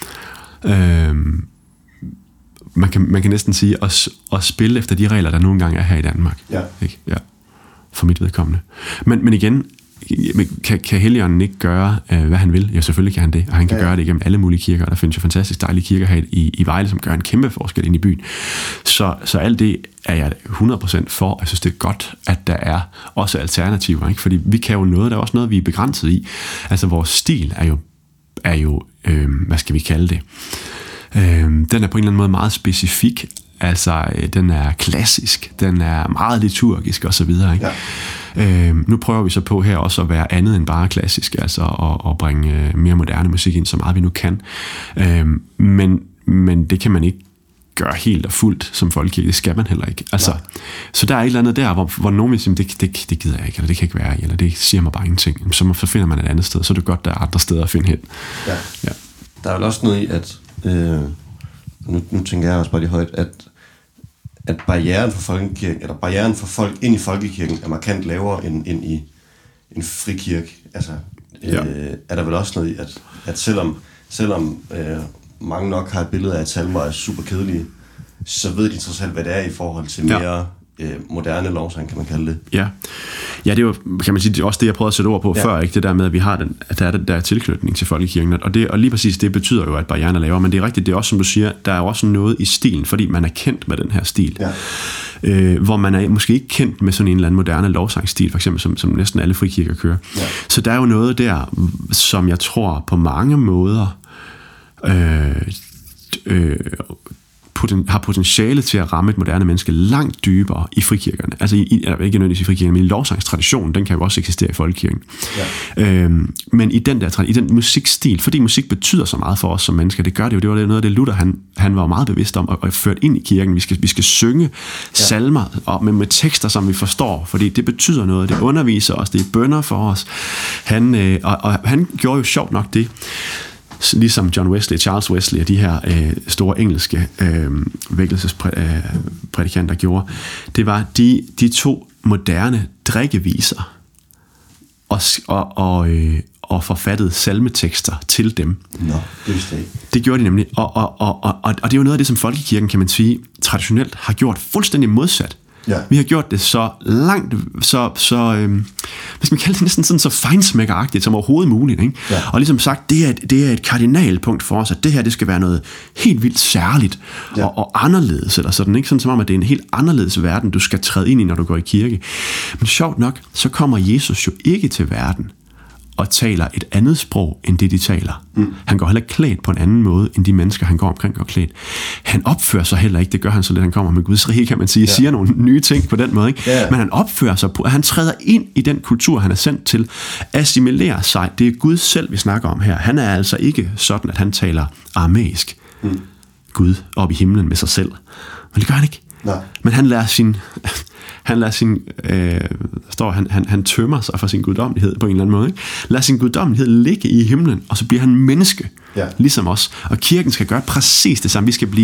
Man kan næsten sige at spille efter de regler, der nogle gange er her i Danmark. Ja. Ikke? Ja. For mit vedkommende. Men igen... Kan Helligånden ikke gøre, hvad han vil? Ja, selvfølgelig kan han det, og han kan gøre det igennem alle mulige kirker, og der findes jo fantastisk dejlige kirker her i Vejle, som gør en kæmpe forskel ind i byen. Så alt det er jeg 100% for. Jeg synes, det er godt, at der er også alternativer, ikke? Fordi vi kan jo noget, der er også noget, vi er begrænset i. Altså, vores stil er jo hvad skal vi kalde det? Den er på en eller anden måde meget specifik. Altså, den er klassisk, den er meget liturgisk og så videre, ikke? Ja. Nu prøver vi så på her også at være andet end bare klassisk, altså at bringe mere moderne musik ind, så meget vi nu kan. Men det kan man ikke gøre helt og fuldt som folkekirke. Det skal man heller ikke. Altså, så der er et eller andet der, hvor nogen vil sige, det gider jeg ikke, eller det kan ikke være i, eller det siger mig bare ingenting. Så finder man et andet sted, så er det godt, der er andre steder at finde hen. Ja. Ja. Der er vel også noget i, at nu tænker jeg også bare lige højt, at barrieren for folkekirken, eller barrieren for folk ind i folkekirken, er markant lavere end i en frikirke. Altså, er der vel også noget i, at selvom mange nok har et billede af, at salmer er super kedelige, så ved de trods alt, hvad det er i forhold til mere moderne lovsang, kan man kalde det. Ja, det er jo, kan man sige, det er også det, jeg prøvede at sætte ord på før, ikke? Det der med, at vi har at der er den der tilknytning til folkekirken, og lige præcis det betyder jo, at barrieren er lavere, men det er rigtigt, det er også, som du siger, der er også noget i stilen, fordi man er kendt med den her stil. Hvor man er måske ikke kendt med sådan en eller anden moderne lovsangstil, for eksempel, som næsten alle frikirker kører. Så der er jo noget der, som jeg tror på mange måder har potentiale til at ramme et moderne menneske langt dybere i frikirkerne. Altså ikke nødvendigvis i frikirkerne, men i lovsangstraditionen, den kan jo også eksistere i folkekirken. Men i den musikstil, fordi musik betyder så meget for os som mennesker, det gør det jo. Det var noget af det, Luther han var meget bevidst om og ført ind i kirken. Vi skal synge salmer og med tekster, som vi forstår, fordi det betyder noget. Det underviser os, det er bønner for os. Han gjorde jo sjovt nok det, ligesom John Wesley, Charles Wesley og de her store engelske vækkelsesprædikanter gjorde. Det var de to moderne drikkeviser og forfattede salmetekster til dem. Det gjorde de nemlig. Og det er jo noget af det, som folkekirken, kan man sige, traditionelt har gjort fuldstændig modsat. Vi har gjort det så langt, så hvad skal man kalde det, næsten sådan så feinsmækkeragtigt som overhovedet muligt, ikke? Og ligesom sagt, det er et kardinalpunkt for os, at det her, det skal være noget helt vildt særligt og anderledes, eller sådan, ikke? Sådan som om, at det er en helt anderledes verden, du skal træde ind i, når du går i kirke. Men sjovt nok, så kommer Jesus jo ikke til verden og taler et andet sprog, end det de taler. Han går heller ikke klædt på en anden måde, end de mennesker, han går omkring og klædt. Han opfører sig heller ikke, det gør han så lidt, han kommer med Guds rige, kan man sige, siger nogle nye ting på den måde, ikke? Men han opfører sig på, han træder ind i den kultur, han er sendt til, assimilerer sig. Det er Gud selv, vi snakker om her. Han er altså ikke sådan, at han taler aramæisk. Gud op i himlen med sig selv. Men det gør han ikke. Men han lader han tømmer sig for sin guddommelighed på en eller anden måde, ikke? Lad sin guddommelighed ligge i himlen, og så bliver han menneske, ligesom os. Og kirken skal gøre præcis det samme.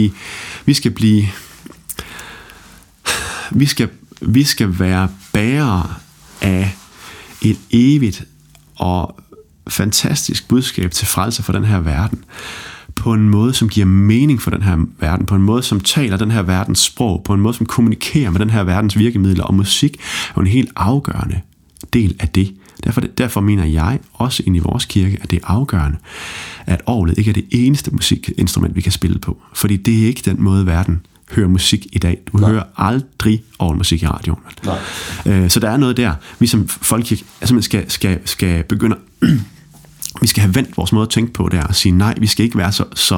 Vi skal være bærere af et evigt og fantastisk budskab til frelse for den her verden, på en måde, som giver mening for den her verden, på en måde, som taler den her verdens sprog, på en måde, som kommunikerer med den her verdens virkemidler, og musik er jo en helt afgørende del af det. Derfor mener jeg også ind i vores kirke, at det er afgørende, at orglet ikke er det eneste musikinstrument, vi kan spille på. Fordi det er ikke den måde, verden hører musik i dag. Du hører aldrig orgelmusik i radioen. Så der er noget der, vi som folkekirke skal begynde vi skal have vendt vores måde at tænke på der og sige nej, vi skal ikke være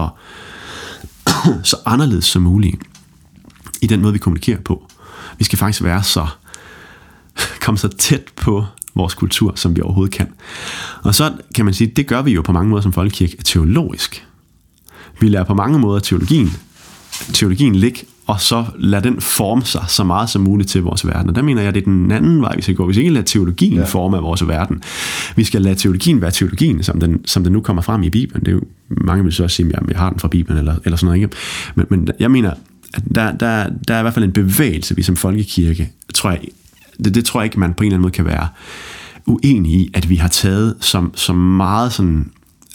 så anderledes som muligt i den måde, vi kommunikerer på. Vi skal faktisk komme så tæt på vores kultur, som vi overhovedet kan. Og så kan man sige, det gør vi jo på mange måder som folkekirke teologisk. Vi lærer på mange måder teologien ligge, og så lad den forme sig så meget som muligt til vores verden. Og der mener jeg, det er den anden vej, vi skal gå. Vi skal ikke lade teologien forme af vores verden. Vi skal lade teologien være teologien, som den nu kommer frem i Bibelen. Det er jo, mange vil så også sige, at jeg har den fra Bibelen, eller sådan noget, ikke? Men jeg mener, at der er i hvert fald en bevægelse, vi som folkekirke, tror jeg ikke, man på en eller anden måde kan være uenig i, at vi har taget som meget sådan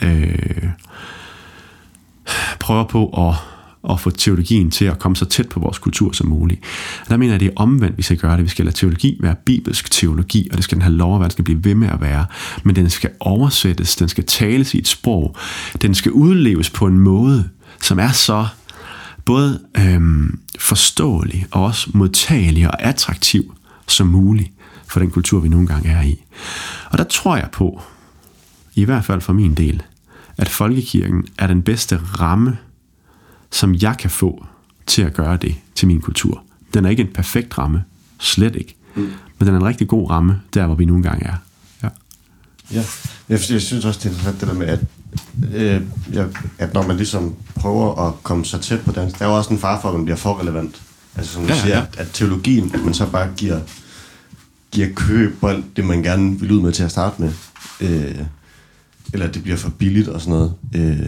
prøver på at få teologien til at komme så tæt på vores kultur som muligt. Der mener jeg, det er omvendt, vi skal gøre det. Vi skal lade teologi være bibelsk teologi, og det skal den have lov at være, den skal blive ved med at være. Men den skal oversættes, den skal tales i et sprog, den skal udleves på en måde, som er så både forståelig og også modtagelig og attraktiv som muligt for den kultur, vi nogle gange er i. Og der tror jeg på, i hvert fald for min del, at folkekirken er den bedste ramme, som jeg kan få til at gøre det til min kultur. Den er ikke en perfekt ramme, slet ikke. Men den er en rigtig god ramme, der hvor vi nogle gange er. Jeg synes også, det er interessant det der med, at når man ligesom prøver at komme så tæt på dans, der er jo også en fare for, at man bliver for relevant. Altså som du siger, at teologien, at man så bare giver køb på alt det, man gerne vil ud med til at starte med. Eller at det bliver for billigt og sådan noget.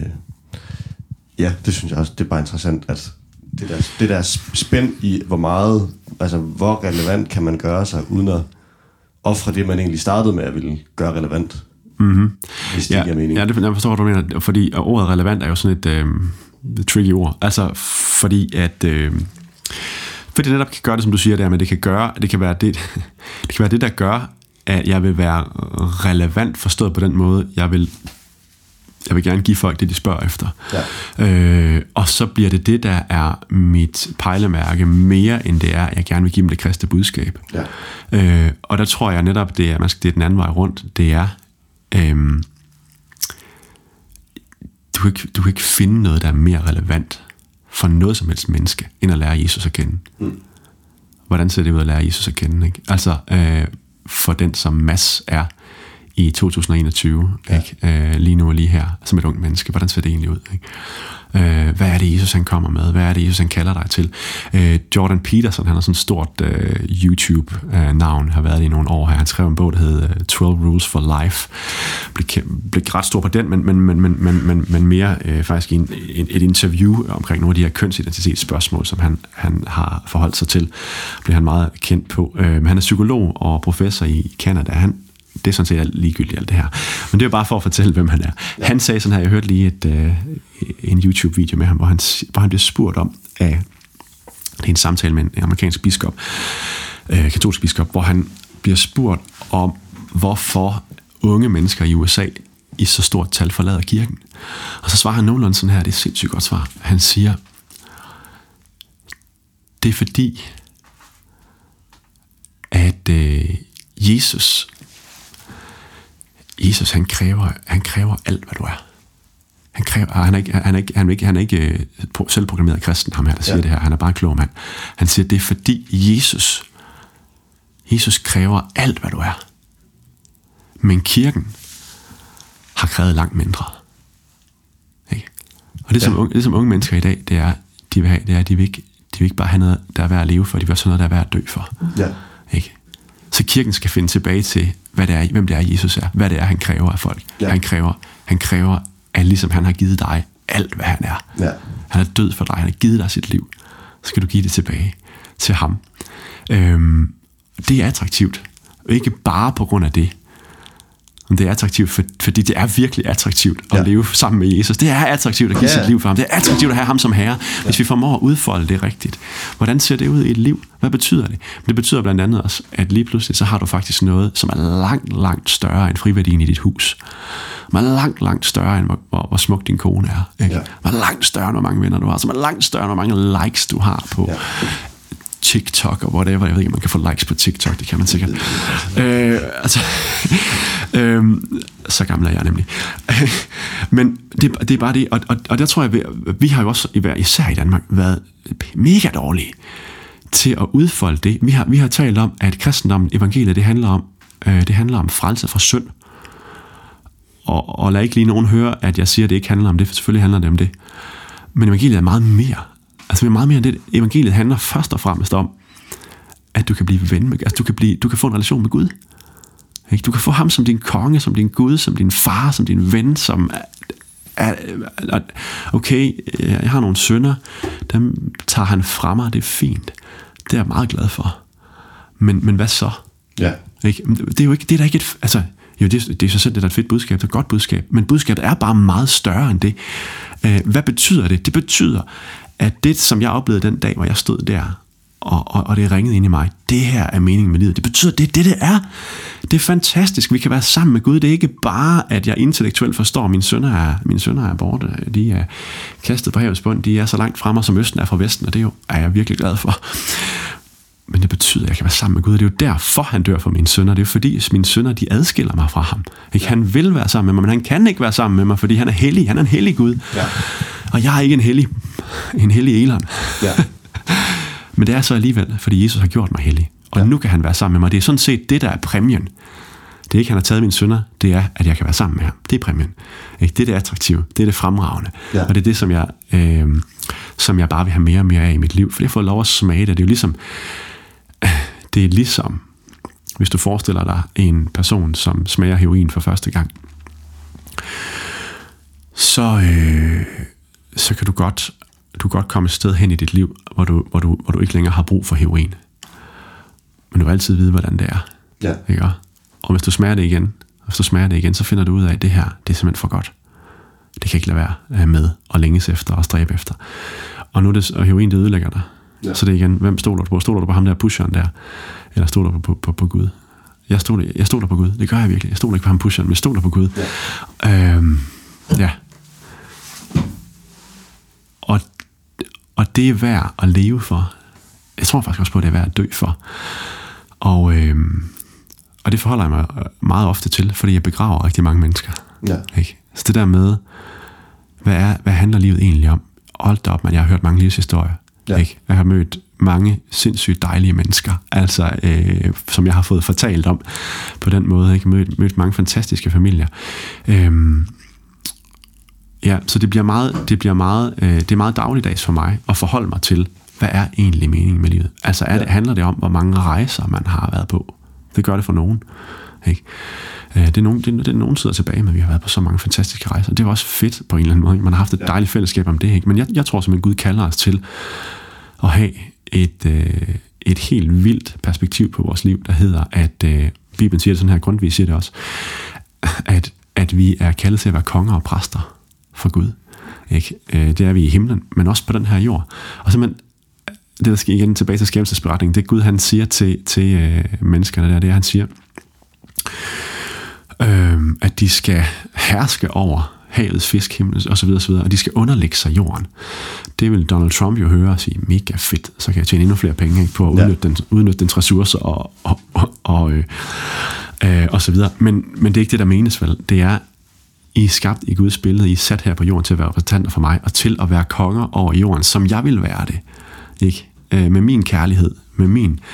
Det synes jeg også, det er bare interessant, at det der spænd i, hvor relevant kan man gøre sig, uden at ofre det, man egentlig startede med at ville gøre relevant. Hvis det giver mening. Ja, jeg forstår, hvad du mener, fordi ordet relevant er jo sådan et tricky ord. Altså, fordi at Fordi det netop kan gøre det, som du siger der, men det kan være det, der gør, at jeg vil være relevant forstået på den måde, jeg vil gerne give folk det, de spørger efter. Ja. Og så bliver det, der er mit pejlemærke, mere end det er, at jeg gerne vil give dem det kristne budskab. Ja. Og der tror jeg netop, det er den anden vej rundt. Det er, du kan ikke finde noget, der er mere relevant for noget som helst menneske, end at lære Jesus at kende. Hvordan ser det ud at lære Jesus at kende? Ikke? Altså, for den, som Mads er i 2021, ja. Ikke? Lige nu og lige her, som et ungt menneske, hvordan ser det egentlig ud? Ikke? Hvad er det, Jesus han kommer med? Hvad er det, Jesus han kalder dig til? Jordan Peterson, han har sådan et stort YouTube-navn, har været det i nogle år her. Han skrev en bog, der hed 12 Rules for Life. Blev ret stor på den, men mere faktisk et interview omkring nogle af de her kønsidentitetsspørgsmål, som han har forholdt sig til. Blev han meget kendt på. Men han er psykolog og professor i Canada. Det er sådan set ligegyldigt alt det her. Men det er bare for at fortælle, hvem han er. Ja. Han sagde sådan her, jeg hørte lige en YouTube-video med ham, hvor han blev spurgt om, det er en samtale med en amerikansk biskop, katolsk biskop, hvor han bliver spurgt om, hvorfor unge mennesker i USA i så stort tal forlader kirken. Og så svarer han nogenlunde sådan her, det er et sindssygt godt svar. Han siger, det er fordi, at Jesus han kræver alt, hvad du er. Han er ikke selvproklammeret kristen, ham her, der siger det her. Han er bare en klog mand. Han siger, det er fordi Jesus kræver alt, hvad du er. Men kirken har krævet langt mindre. Ikke? Og det som unge mennesker i dag, de vil ikke bare have noget, der er værd at leve for, de vil også have noget, der er værd at dø for. Ja. Ikke? Så kirken skal finde tilbage til, hvem det er, Jesus er. Hvad det er, han kræver af folk. Ja. Han kræver, at ligesom han har givet dig alt, hvad han er. Ja. Han er død for dig. Han har givet dig sit liv. Så skal du give det tilbage til ham. Det er attraktivt. Ikke bare på grund af det. Men det er attraktivt, fordi det er virkelig attraktivt at leve sammen med Jesus. Det er attraktivt at give sit liv for ham. Det er attraktivt at have ham som herre, hvis vi formår at udfolde det rigtigt. Hvordan ser det ud i et liv? Hvad betyder det? Det betyder blandt andet også, at lige pludselig så har du faktisk noget, som er langt, langt større end friværdien i dit hus. Som er langt, langt større end hvor smuk din kone er. Ikke? Som er langt større end hvor mange venner du har. Som er langt større end hvor mange likes du har på TikTok og whatever. Jeg ved ikke, man kan få likes på TikTok. Det kan man sikkert. Så gammel er jeg nemlig. Men det er bare det. Og der tror jeg, vi har jo også, især i Danmark, været mega dårlige til at udfolde det. Vi har talt om, at kristendommen, evangeliet, det handler om frelse fra synd. Og lad ikke lige nogen høre, at jeg siger, at det ikke handler om det, for selvfølgelig handler det om det. Men evangeliet er meget mere. Altså meget mere end det. Evangeliet handler først og fremmest om, at du kan blive ven med, altså du kan få en relation med Gud. Ikke? Du kan få ham som din konge, som din Gud, som din far, som din ven, som okay, jeg har nogle synder, dem tager han fra mig, det er fint. Det er jeg meget glad for. Men hvad så? Ja. Ikke? Det er jo ikke, det er der ikke et, altså, jo, det er så selv, det er et fedt budskab, det er et godt budskab, men budskabet er bare meget større end det. Hvad betyder det? Det betyder, at det, som jeg oplevede den dag, hvor jeg stod der, og det ringede ind i mig, det her er meningen med livet. Det betyder, det er. Det er fantastisk. Vi kan være sammen med Gud. Det er ikke bare, at jeg intellektuelt forstår, at mine sønner er borte. De er kastet på havets bund. De er så langt fremme, som Østen er fra Vesten, og det er jeg virkelig glad for. Men det betyder, at jeg kan være sammen med Gud, og det er jo derfor, han dør for mine sønner. Det er jo fordi, mine sønner, de adskiller mig fra ham. Ikke? Han vil være sammen med mig, men han kan ikke være sammen med mig, fordi han er hellig. Han er en hellig Gud. Ja. Og jeg er ikke en hellig Elon. Ja. Men det er så alligevel, fordi Jesus har gjort mig hellig. Og nu kan han være sammen med mig. Det er sådan set det, der er præmien. Det er ikke, han har taget mine synder, det er, at jeg kan være sammen med ham. Det er præmien. Ikke? Det er det attraktive. Det er det fremragende. Ja. Og det er det, som jeg bare vil have mere og mere af i mit liv. For jeg får lov at smage det. Det er ligesom, hvis du forestiller dig en person, som smager heroin for første gang. Så kan du godt komme et sted hen i dit liv, hvor du ikke længere har brug for heroin. Men du vil altid vide, hvordan det er. Ja. Ikke? Og hvis du smager det igen, så finder du ud af, at det her, det er simpelthen for godt. Det kan ikke lade være med at længes efter og stræbe efter. Og nu og heroin, det ødelægger dig. Ja. Så det er igen, hvem stoler du på? Stoler du på ham der pusheren der? Eller stoler du på Gud? Jeg stoler på Gud. Det gør jeg virkelig. Jeg stoler ikke på ham pusheren, men jeg stoler på Gud. Ja. Ja. Og det er værd at leve for. Jeg tror faktisk også på, at det er værd at dø for. Og det forholder jeg mig meget ofte til, fordi jeg begraver rigtig mange mennesker. Ja. Ikke? Så det der med, hvad handler livet egentlig om? Hold da op, man, jeg har hørt mange livshistorier. Ja. Ikke? Jeg har mødt mange sindssygt dejlige mennesker, altså som jeg har fået fortalt om på den måde. Ikke? Mødt mange fantastiske familier. Ja, så det er meget dagligdags for mig at forholde mig til, hvad er egentlig meningen med livet? Altså handler det om, hvor mange rejser man har været på? Det gør det for nogen. Ikke? Det er nogen sidder tilbage med, at vi har været på så mange fantastiske rejser. Det var også fedt på en eller anden måde. Man har haft et dejligt fællesskab om det. Ikke? Men jeg tror simpelthen, Gud kalder os til at have et helt vildt perspektiv på vores liv, der hedder, at Bibelen siger det sådan her, Grundtvig siger det også, at vi er kaldet til at være konger og præster for Gud. Ikke? Det er vi i himlen, men også på den her jord. Og simpelthen, det der skal igen tilbage til skabelsesberetningen, det Gud han siger til menneskerne der, det er, han siger, at de skal herske over havets fisk, himmel og så videre, og de skal underlægge sig jorden. Det vil Donald Trump jo høre og sige, mega fedt, så kan jeg tjene endnu flere penge, ikke, på at udnytte dens ressourcer og så videre. Men det er ikke det, der menes vel. Det er, I er skabt i Guds billede, I er sat her på jorden til at være repræsentanter for mig, og til at være konger over jorden, som jeg vil være det. Ikke? Med min kærlighed, med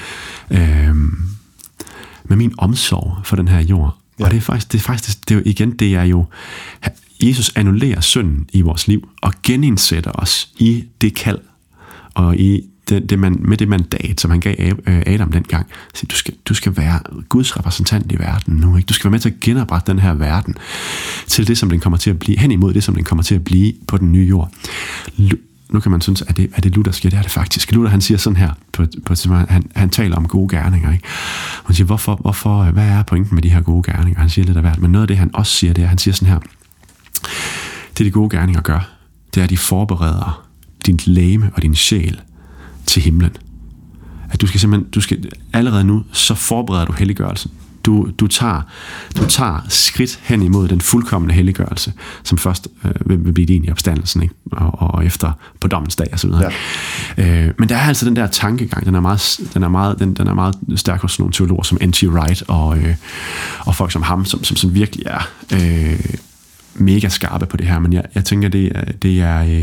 min omsorg for den her jord. Ja. Og det er jo Jesus annullerer synden i vores liv og genindsætter os i det kald og i med det mandat, som han gav Adam dengang. Du skal være Guds repræsentant i verden nu. Ikke? Du skal være med til at genoprette den her verden til det, som den kommer til at blive, hen imod det, som den kommer til at blive på den nye jord. Nu kan man synes, er det Luther siger? Det er det faktisk. Luther, han siger sådan her, han taler om gode gerninger. Ikke? Han siger, hvorfor, hvad er pointen med de her gode gerninger? Han siger lidt af hvert, men noget af det, han også siger, det er, han siger sådan her, det de gode gerninger gør, det er, at de forbereder din legeme og din sjæl til himlen. At du skal allerede nu, så forbereder du helliggørelsen. Du tager skridt hen imod den fuldkomne helliggørelse, som først vil blive din i opstandelsen, ikke? Og efter på dommens dag og så videre. Ja. Men der er altså den der tankegang, den er meget stærk hos nogle teologer som N.T. Wright og folk som ham, som virkelig er mega skarpe på det her. Men jeg tænker, det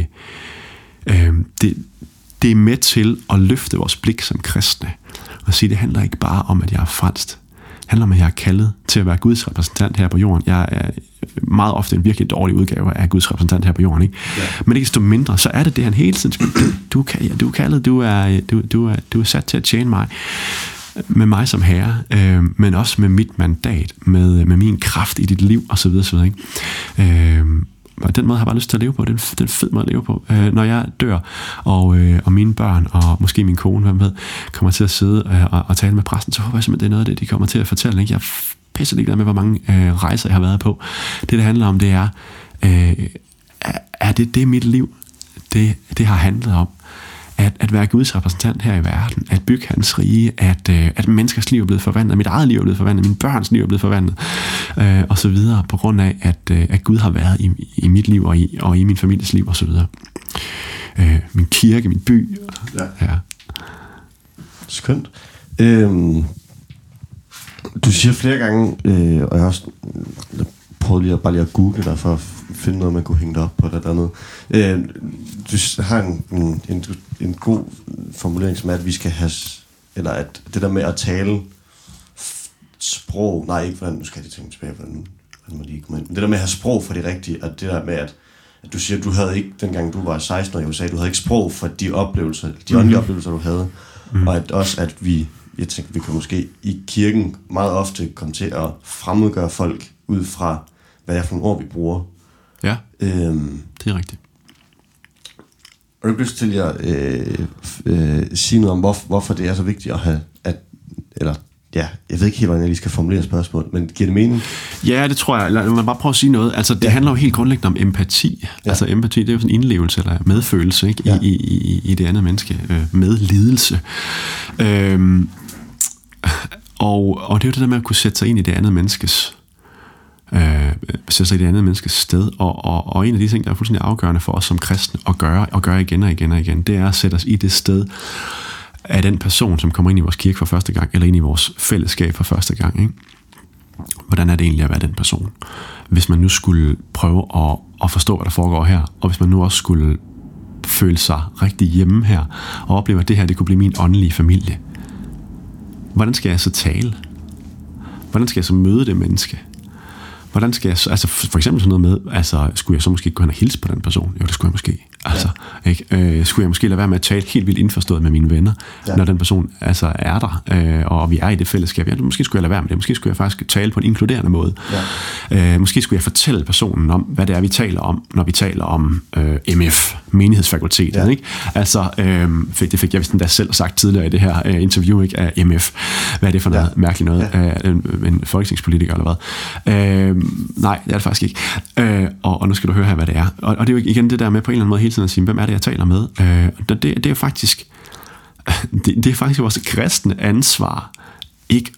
er med til at løfte vores blik som kristne og sige, det handler ikke bare om, at jeg er frelst. Det handler om, at jeg er kaldet til at være Guds repræsentant her på jorden. Jeg er meget ofte en virkelig dårlig udgave af Guds repræsentant her på jorden. Ikke? Ja. Men ikke desto mindre, så er det han hele tiden siger. Du er kaldet, du er sat til at tjene mig. Med mig som herre, men også med mit mandat, med min kraft i dit liv, og så videre, så videre. Ikke? Og den måde har jeg bare lyst til at leve på. Det er en fed måde at leve på. Når jeg dør, og mine børn, og måske min kone, hvem ved, kommer til at sidde og tale med præsten, så håber jeg simpelthen, det er noget af det, de kommer til at fortælle. Ikke? Jeg pisser ligeglad med, hvor mange rejser jeg har været på. Det handler om, det er det mit liv, det har handlet om. At være Guds repræsentant her i verden, at bygge hans rige, at menneskers liv er blevet forvandlet, mit eget liv er blevet forvandlet, mine børns liv er blevet forvandlet, og så videre, på grund af, at Gud har været i mit liv og i min families liv, og så videre. Min kirke, min by. Ja. Skønt. Du siger flere gange, og jeg har også prøvet lige at google dig for at finde noget, man kunne hænge dig op på eller andet. Du har en god formulering, som er, at vi skal have, eller at det der med at tale sprog, nej ikke hvordan, nu skal jeg lige tænke tilbage, hvordan må lige komme ind. Men det der med at have sprog for det rigtige, og det der med, at du siger, at du havde ikke, dengang du var 16 år i USA, du havde ikke sprog for de oplevelser, de åndelige oplevelser, du havde. Og at også, at jeg tænker, vi kan måske i kirken meget ofte komme til at fremmedgøre folk ud fra, hvad det er for nogle ord, vi bruger. Ja, det er rigtigt. Har du lyst til at sige noget om, hvorfor det er så vigtigt at have, ja, jeg ved ikke helt, hvordan jeg lige skal formulere spørgsmål, men giver det mening? Ja, det tror jeg. Lad mig bare prøve at sige noget. Altså, det handler jo helt grundlæggende om empati. Ja. Altså, empati, det er jo sådan en indlevelse eller medfølelse, ikke? Ja. I det andet menneske. Medlidelse. Og det er jo det der med at kunne sætte sig ind i det andet menneskes sted, og en af de ting, der er fuldstændig afgørende for os som kristne at gøre igen og igen og igen, det er at sætte os i det sted af den person, som kommer ind i vores kirke for første gang, eller ind i vores fællesskab for første gang, ikke? Hvordan er det egentlig at være den person? Hvis man nu skulle prøve at forstå, hvad der foregår her, og hvis man nu også skulle føle sig rigtig hjemme her, og opleve, at det her, det kunne blive min åndelige familie. Hvordan skal jeg så tale? Hvordan skal jeg så møde det menneske? Hvordan skal jeg så, altså for eksempel sådan noget med, altså skulle jeg så måske gå hen og hilse på den person? Jo, det skulle jeg måske. Altså, ikke? Skulle jeg måske lade være med at tale helt vildt indforstået med mine venner, når den person altså er der, og vi er i det fællesskab. Ja, måske skulle jeg lade være med det. Måske skulle jeg faktisk tale på en inkluderende måde. Ja. Måske skulle jeg fortælle personen om, hvad det er, vi taler om, når vi taler om MF, menighedsfakultetet. Ja. Ikke? Altså, det fik jeg vist endda selv sagt tidligere i det her interview, ikke, af MF. Hvad er det for noget mærkeligt noget? Ja. En folketingspolitiker eller hvad? Nej, det er det faktisk ikke. Og nu skal du høre her, hvad det er. Og det er jo igen det der med på en eller anden måde hele tiden at sige, hvem er det, jeg taler med? Det er faktisk det er faktisk vores kristne ansvar ikke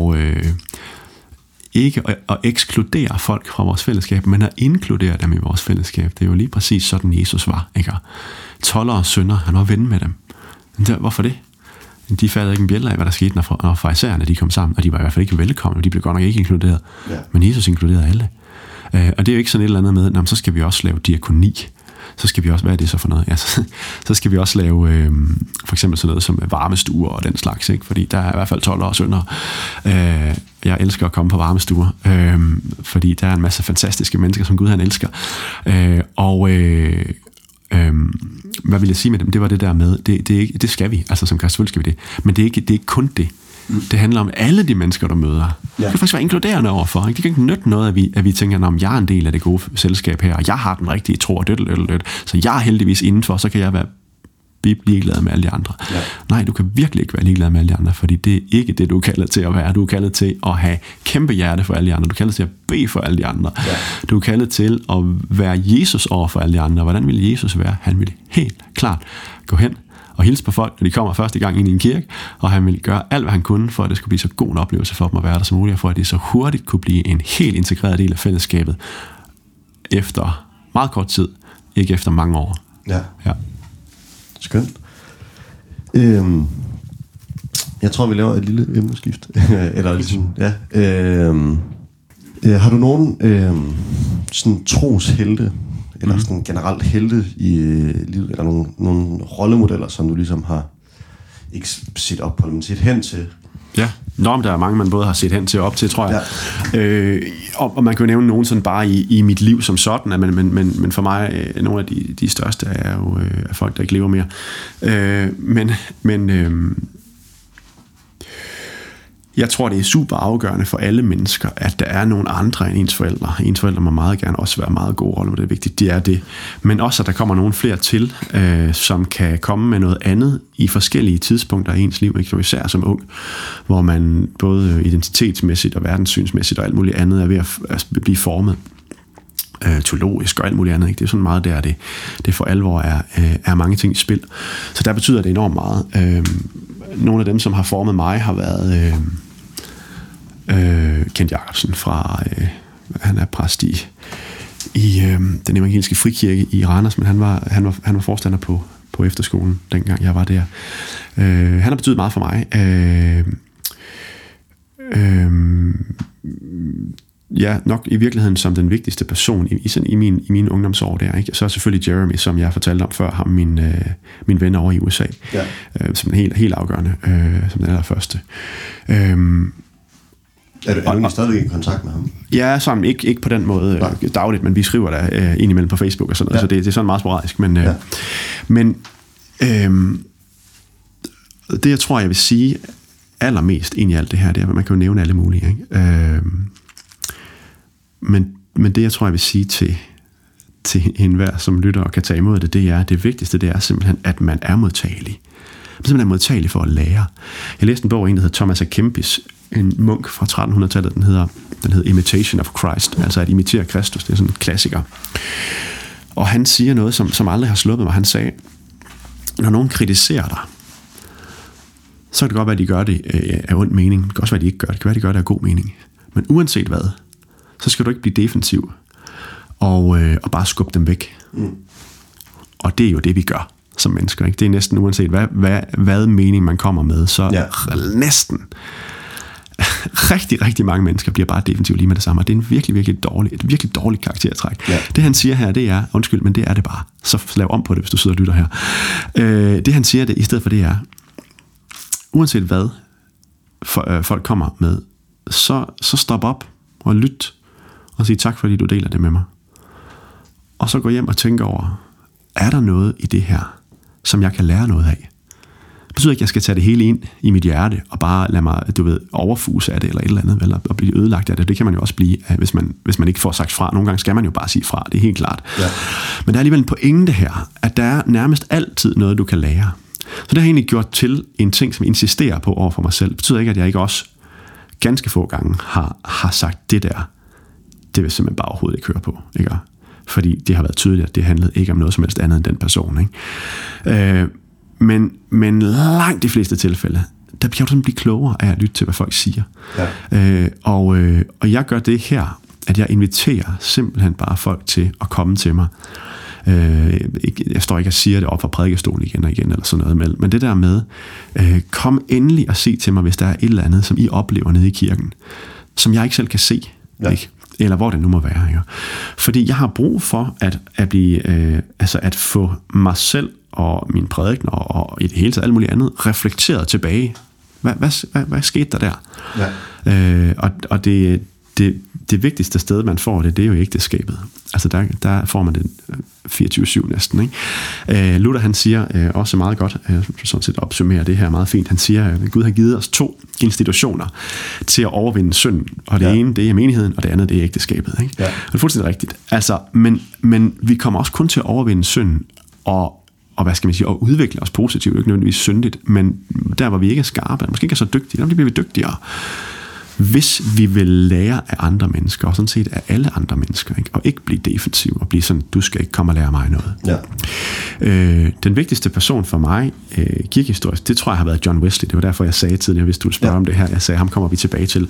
at ekskludere folk fra vores fællesskab, men at inkludere dem i vores fællesskab. Det er jo lige præcis sådan Jesus var, ikke? Toldere og syndere, han var ven med dem. Hvorfor det? De fattede ikke en bjælde af, hvad der skete, når farisæerne de kom sammen, og de var i hvert fald ikke velkomne, og de blev godt nok ikke inkluderet. Ja. Men Jesus inkluderede alle. Og det er jo ikke sådan et eller andet med, så skal vi også lave diakoni. Så skal vi også, hvad er det så for noget? Ja, så skal vi også lave for eksempel sådan noget som varmestuer og den slags, ikke? Fordi der er i hvert fald 12 år syndere. Jeg elsker at komme på varmestuer, fordi der er en masse fantastiske mennesker, som Gud han elsker. Hvad vil jeg sige med dem? Det var det der med, det skal vi, altså som kristne selvfølgelig skal vi det, men det er ikke kun det. Det handler om alle de mennesker, du møder. Det kan faktisk være inkluderende overfor. Ikke? Det kan ikke nytte noget, at vi tænker, om jeg er en del af det gode selskab her, og jeg har den rigtige tro, og så jeg er heldigvis indenfor, så kan jeg være ligeglad med alle de andre. Ja. Nej, du kan virkelig ikke være ligeglad med alle de andre, fordi det er ikke det, du er kaldet til at være. Du er kaldet til at have kæmpe hjerte for alle de andre. Du er kaldet til at bede for alle de andre. Ja. Du er kaldet til at være Jesus over for alle de andre. Hvordan ville Jesus være? Han ville helt klart gå hen og hilse på folk, når de kommer første gang ind i en kirke, og han ville gøre alt, hvad han kunne, for at det skulle blive så god en oplevelse for dem at være der som muligt, og for at de så hurtigt kunne blive en helt integreret del af fællesskabet efter meget kort tid, ikke efter mange år. Ja. Skønt. Jeg tror, vi laver et lille emneskift. Eller ligesom, ja. Har du nogen sådan troshelte, eller sådan generelt helte i livet, eller nogle rollemodeller, som du ligesom har ikke set op på, men set hen til? Ja, men der er mange, man både har set hen til og op til, tror jeg. Ja. Og man kan jo nævne nogen sådan bare i mit liv som sådan, men for mig, nogle af de største er jo folk, der ikke lever mere. Jeg tror, det er super afgørende for alle mennesker, at der er nogle andre end ens forældre. Ens forældre må meget gerne også være meget gode roller, det er vigtigt, det er det. Men også, at der kommer nogle flere til, som kan komme med noget andet i forskellige tidspunkter i ens liv, ikke? Især som ung, hvor man både identitetsmæssigt og verdenssynsmæssigt og alt muligt andet er ved at blive formet. Teologisk og alt muligt andet, ikke? Det er sådan meget der, det for alvor er mange ting i spil. Så der betyder det enormt meget. Nogle af dem, som har formet mig, har været Kent Jacobsen fra, han er præst i den evangeliske frikirke i Randers, men han var forstander på efterskolen, dengang jeg var der. Han har betydet meget for mig. Ja, nok i virkeligheden som den vigtigste person i mine ungdomsår der, ikke? Så er selvfølgelig Jeremy, som jeg fortalte om før, ham min ven over i USA, som en helt afgørende, som den allerførste. Er du stadig i kontakt med ham? Ja, sammen ikke på den måde dagligt, men vi skriver der indimellem på Facebook og sådan noget, så det er sådan meget sporadisk, men det jeg tror, jeg vil sige allermest ind i alt det her, det er, at man kan jo nævne alle mulige, ikke? Men det jeg tror jeg vil sige til enhver som lytter og kan tage imod det vigtigste, det er simpelthen at man er modtagelig. Man er simpelthen modtagelig for at lære. Jeg læste en bog af en, der hedder Thomas A. Kempis en munk fra 1300-tallet, den hedder Imitation of Christ, altså at imitere Kristus, det er sådan en klassiker. Og han siger noget, som aldrig har sluppet mig. Han sagde, når nogen kritiserer dig, så kan det godt være, at de gør det af ond mening. Det kan også være, at de ikke gør det. Det kan være, at de gør det af god mening. Men uanset hvad, så skal du ikke blive defensiv og bare skubbe dem væk. Og det er jo det, vi gør som mennesker. Ikke? Det er næsten uanset, hvad mening man kommer med, så næsten rigtig, rigtig mange mennesker bliver bare defensive lige med det samme. Og det er et virkelig dårligt karaktertræk. Ja. Det han siger her, det er, undskyld, men det er det bare. Så lav om på det, hvis du sidder og lytter her. Det han siger, det i stedet for det er, uanset hvad folk kommer med, så stop op og lyt og sig tak, fordi du deler det med mig. Og så gå hjem og tænke over, er der noget i det her, som jeg kan lære noget af? Det betyder ikke, at jeg skal tage det hele ind i mit hjerte og bare lade mig, overfuse af det eller et eller andet, eller at blive ødelagt af det. Det kan man jo også blive, hvis man ikke får sagt fra. Nogle gange skal man jo bare sige fra, det er helt klart. Ja. Men der er alligevel en pointe her, at der er nærmest altid noget, du kan lære. Så det har jeg egentlig gjort til en ting, som jeg insisterer på over for mig selv. Det betyder ikke, at jeg ikke også ganske få gange har sagt det der. Det vil simpelthen bare overhovedet ikke høre på. Ikke? Fordi det har været tydeligt, at det handlede ikke om noget som helst andet end den person. Ikke? Men langt de fleste tilfælde, der bliver du sådan blive klogere af at lytte til, hvad folk siger. Ja. Og jeg gør det her, at jeg inviterer simpelthen bare folk til at komme til mig. Jeg står ikke og siger det op fra prædikestolen igen og igen eller sådan noget, men det der med kom endelig og se til mig, hvis der er et eller andet, som I oplever nede i kirken, som jeg ikke selv kan se, ikke? Eller hvor det nu må være, ikke? Fordi jeg har brug for at blive at få mig selv og min prædiken og i det hele taget alt muligt andet reflekteret tilbage. Hvad skete der der? Ja. Og det vigtigste sted, man får det er jo ægteskabet. Altså der får man det 24/7 næsten. Ikke? Luther han siger også meget godt, sådan set opsummerer det her meget fint. Han siger, at Gud har givet os 2 institutioner til at overvinde synden. Og det ene, det er menigheden, og det andet, det er ægteskabet. Ikke? Ja. Og det er fuldstændig rigtigt. Altså, men vi kommer også kun til at overvinde synden og hvad skal man sige, og udvikle os positivt, ikke nødvendigvis syndigt, men der, hvor vi ikke er skarpe, måske ikke er så dygtige, der bliver vi dygtigere. Hvis vi vil lære af andre mennesker, og sådan set af alle andre mennesker, ikke? Og ikke blive defensiv og blive sådan, du skal ikke komme og lære mig noget. Ja. Den vigtigste person for mig, kirkehistorisk, det tror jeg har været John Wesley. Det var derfor, jeg sagde tidligere, hvis du spørger om det her, jeg sagde, ham kommer vi tilbage til.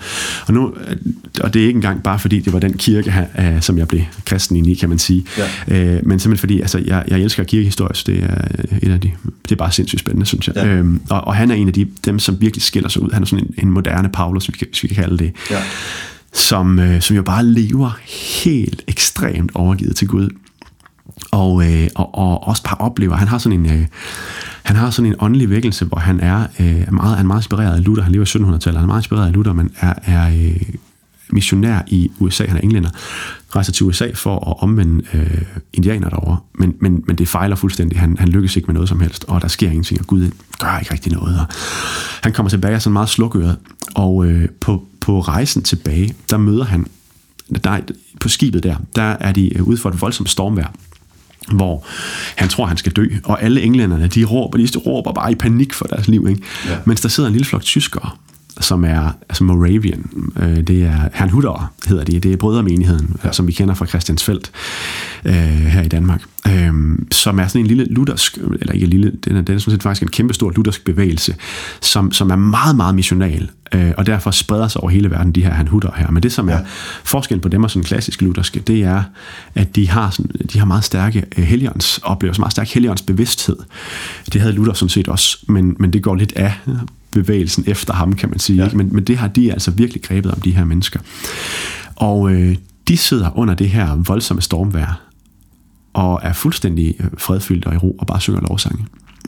Og det er ikke engang bare fordi, det var den kirke, som jeg blev kristen i, kan man sige. Ja. Men simpelthen fordi, altså, jeg elsker kirkehistorisk. Det er det er bare sindssygt spændende, synes jeg. Ja. Og han er en af dem, som virkelig skiller sig ud. Han er sådan en moderne Paulus, hvis vi kan kalde det, som jo bare lever helt ekstremt overgivet til Gud, og også bare oplever, han har sådan en åndelig vækkelse, hvor han er meget inspireret af Luther. Han lever i 1700-tallet, han er meget inspireret af Luther, men er missionær i USA, han er englænder, rejser til USA for at omvende indianer derovre, men det fejler fuldstændig. Han lykkes ikke med noget som helst, og der sker ingenting, og Gud gør ikke rigtig noget. Og han kommer tilbage sådan meget slukøret, og på rejsen tilbage, der møder han, på skibet der er de ude for et voldsomt stormvejr, hvor han tror, han skal dø, og alle englænderne, de råber bare i panik for deres liv, ikke? Ja. Mens der sidder en lille flok tyskere, som er altså Moravian, det er Herrnhuter hedder det er brødremenigheden, som vi kender fra Christiansfeld her i Danmark, som er sådan en lille luthersk, eller ikke lille, den er sådan set faktisk en kæmpestor luthersk bevægelse, som er meget, meget missional, og derfor spreder sig over hele verden, de her Herrnhuter her. Men det, som er forskellen på dem og sådan klassisk lutherske, det er, at de har meget stærke helligåndsoplevelser, meget stærk helligåndsbevidsthed. Det havde Luther sådan set også, men det går lidt af bevægelsen efter ham, kan man sige. Ja. Men det har de altså virkelig grebet om, de her mennesker. Og de sidder under det her voldsomme stormvejr, og er fuldstændig fredfyldt og i ro, og bare synger lovsange.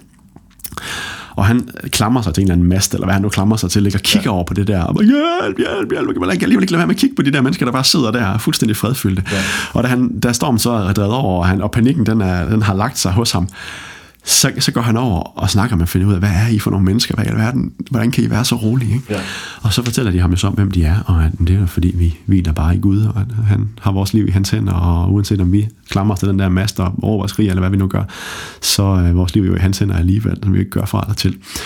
Og han klamrer sig til en eller anden mast, eller hvad han nu klamrer sig til, og kigger over på det der, og hjælp, man kan alligevel ikke lade være med at kigge på de der mennesker, der bare sidder der, fuldstændig fredfyldte. Ja. Og da stormen så er drevet over, og panikken den har lagt sig hos ham, så går han over og snakker med at finde ud af, hvad er I for nogle mennesker, hvad i alverden, hvordan kan I være så rolige, ikke? Ja. Og så fortæller de ham jo så om, hvem de er, og at det er fordi, vi hviler bare i Gud, og at han har vores liv i hans hænder, og uanset om vi klamrer til den der mast og råber og skriger, eller hvad vi nu gør, så vores liv er jo i hans hænder alligevel, som vi ikke gør fra eller til.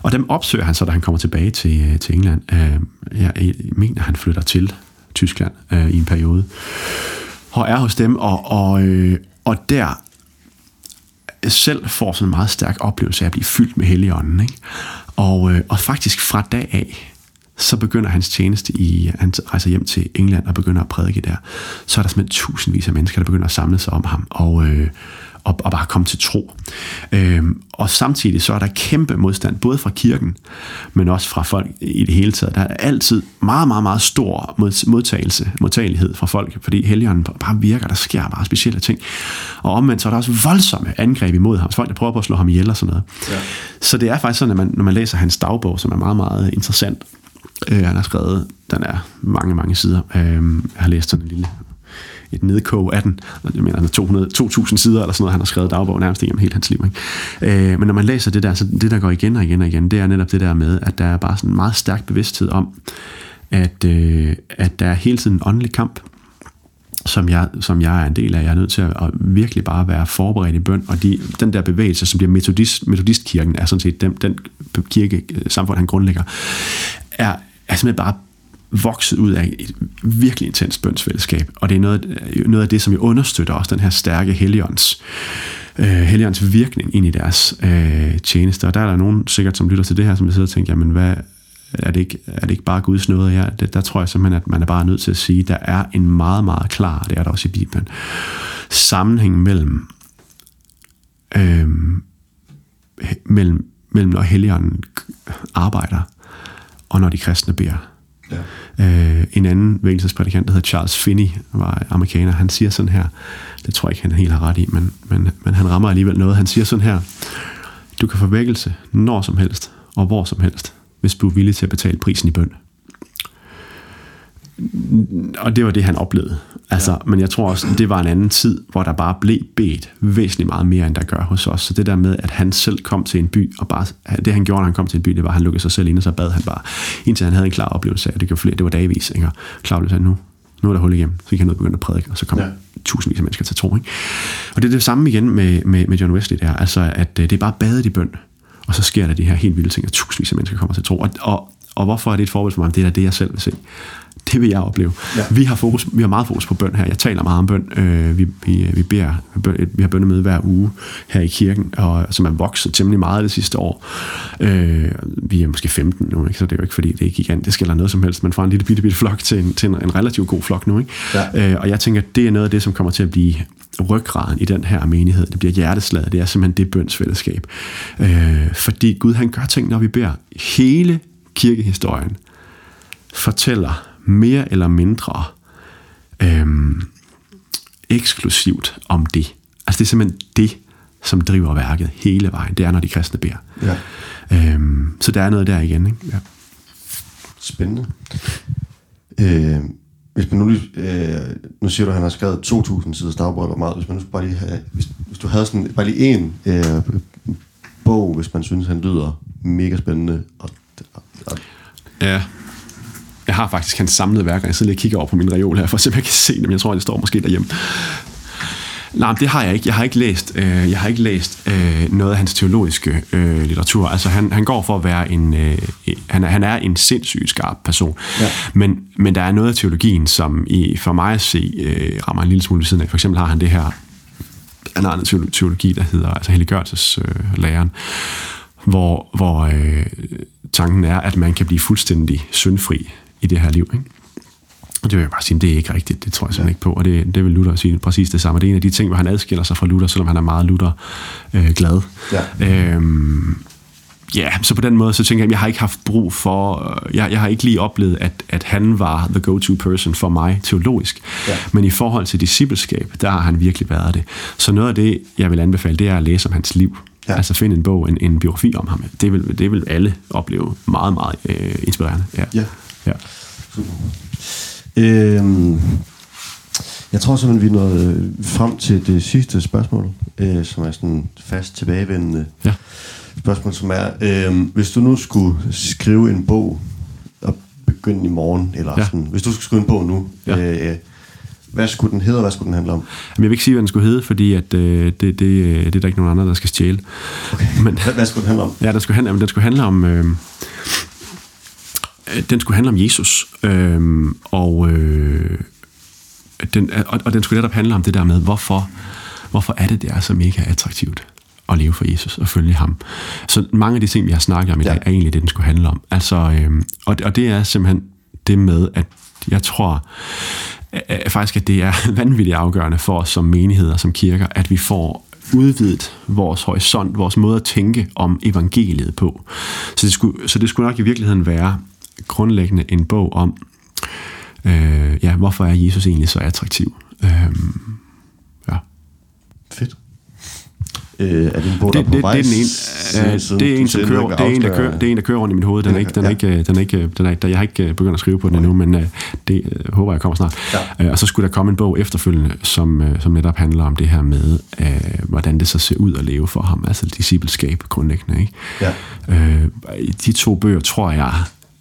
Og dem opsøger han så, da han kommer tilbage til England. Jeg mener, han flytter til Tyskland i en periode, og er hos dem, og der selv får sådan en meget stærk oplevelse af at blive fyldt med Helligånden, ikke? Og faktisk fra dag af, så begynder hans tjeneste han rejser hjem til England og begynder at prædike der. Så er der simpelthen tusindvis af mennesker, der begynder at samle sig om ham, og bare komme til tro. Og samtidig så er der kæmpe modstand, både fra kirken, men også fra folk i det hele taget. Der er altid meget, meget, meget stor modtagelighed fra folk, fordi Helligånden bare virker, der sker bare specielle ting. Og omvendt så er der også voldsomme angreb imod ham, folk der prøver på at slå ham ihjel og sådan noget. Ja. Så det er faktisk sådan, at når man læser hans dagbog, som er meget, meget interessant, han har skrevet, den er mange, mange sider. Jeg har læst sådan et nedkog af den, jeg mener 2.000 sider eller sådan noget, han har skrevet dagbog nærmest igennem hele hans liv, ikke? Men når man læser det der, så det der går igen og igen og igen, det er netop det der med, at der er bare sådan en meget stærk bevidsthed om, at der er hele tiden en åndelig kamp, som jeg er en del af. Jeg er nødt til at virkelig bare være forberedt i bøn, og den der bevægelse, som bliver metodistkirken, er sådan set den kirkesamfund, han grundlægger, er simpelthen bare vokset ud af et virkelig intenst bønsfællesskab, og det er noget af det, som jo understøtter også den her stærke Helligånds virkning ind i deres tjeneste. Og der er der nogen sikkert, som lytter til det her, som sidder og tænker, jamen hvad er det ikke bare Guds nåde her? Der tror jeg simpelthen, at man er bare nødt til at sige, at der er en meget, meget klar, det er der også i Bibelen, sammenhæng mellem når Helligånden arbejder, og når de kristne beder. Ja. En anden vækkelsesprædikant, der hedder Charles Finney, var amerikaner, han siger sådan her, det tror jeg ikke, han helt har ret i, men han rammer alligevel noget. Han siger sådan her: du kan få vækkelse når som helst, og hvor som helst, hvis du er villig til at betale prisen i bøn. Og det var det, han oplevede. Altså, ja. Men jeg tror også, det var en anden tid, hvor der bare blev bedt væsentligt meget mere, end der gør hos os. Så det der med, at han selv kom til en by, og bare det han gjorde, når han kom til en by, det var, at han lukkede sig selv ind, og så bad han bare, indtil han havde en klar oplevelse af, det var dagvis, ikke? Klar oplevelse af, nu er der hul igennem, så kan han begynde at prædike, og så kommer tusindvis af mennesker til tro, ikke? Og det er det samme igen med John Wesley der, altså at det er bare badet i bøn, og så sker der de her helt vilde ting, og tusindvis af mennesker kommer til tro. Og hvorfor er det et forbillede for mig? Det er det, jeg selv vil se. Det vil jeg opleve. Ja. Vi har meget fokus på bøn her. Jeg taler meget om bøn. Vi har bønnemøde hver uge her i kirken, som er vokset temmelig meget det sidste år. Vi er måske 15 nu, ikke? Så det er jo ikke, fordi det er gigantisk eller noget som helst. Man får en lille bitte flok til en relativt god flok nu, ikke? Ja. Og jeg tænker, det er noget af det, som kommer til at blive ryggraden i den her menighed. Det bliver hjerteslaget. Det er simpelthen det bønsfællesskab. Fordi Gud, han gør ting, når vi beder. Hele kirkehistorien fortæller mere eller mindre eksklusivt om det. Altså det er simpelthen det, som driver værket hele vejen. Det er, når de kristne beder. Ja. Så der er noget der igen, ikke? Ja. Spændende. Hvis man nu siger du, at han har skrevet 2.000 sider dagbog, hvor meget, hvis man nu bare lige hvis du havde sådan bare lige en bog, hvis man synes, han lyder mega spændende. Ja. Jeg har faktisk hans samlede værker. Jeg sidder lige og kigger over på min reol her, for at se, om jeg kan se dem. Jeg tror, det står måske derhjemme. Nej, det har jeg ikke. Jeg har ikke læst noget af hans teologiske litteratur. Altså, han går for at være han er en sindssygt skarp person. Ja. Men der er noget af teologien, som for mig at se rammer en lille smule ved siden af. For eksempel har han det her, en anden teologi, der hedder altså helliggørelseslæren, hvor tanken er, at man kan blive fuldstændig syndfri i det her liv, ikke? Og det vil jeg bare sige, det er ikke rigtigt. Det tror jeg simpelthen ikke på. Og det vil Luther sige præcis det samme. Det er en af de ting, hvor han adskiller sig fra Luther, selvom han er meget Luther-glad. Ja. Så på den måde, så tænker jeg, at jeg har ikke haft brug for... Jeg har ikke lige oplevet, at han var the go-to person for mig teologisk. Ja. Men i forhold til discipleskab, der har han virkelig været det. Så noget af det, jeg vil anbefale, det er at læse om hans liv. Ja. Altså finde en bog, en biografi om ham. Det vil alle opleve meget, meget inspirerende. Ja. Super. Jeg tror simpelthen, vi er nået frem til det sidste spørgsmål, som er sådan fast tilbagevendende spørgsmål, som er, hvis du nu skulle skrive en bog og begynde i morgen, eller sådan, hvis du skulle skrive en bog nu, Hvad skulle den hedde, og hvad skulle den handle om? Jamen, jeg vil ikke sige, hvad den skulle hedde, fordi at, det er der ikke nogen andre, der skal stjæle. Okay. Men, hvad skulle den handle om? Ja, den skulle handle om Jesus. Og den skulle netop handle om det der med, hvorfor er det er så mega attraktivt at leve for Jesus og følge ham. Så mange af de ting, vi har snakket om i dag, er egentlig det, den skulle handle om. Altså, og det er simpelthen det med, at jeg tror faktisk, at det er vanvittigt afgørende for os som menigheder, som kirker, at vi får udvidet vores horisont, vores måde at tænke om evangeliet på. Så det skulle nok i virkeligheden være grundlæggende en bog om, hvorfor er Jesus egentlig så attraktiv? Ja. Fedt. Er det en bog, der på vej? Det er en, der kører rundt i mit hoved. Jeg har ikke begyndt at skrive på den endnu, men det håber jeg kommer snart. Ja. Og så skulle der komme en bog efterfølgende, som netop handler om det her med, hvordan det så ser ud at leve for ham, altså discipleskab grundlæggende. Ikke? Ja. De 2 bøger, tror jeg,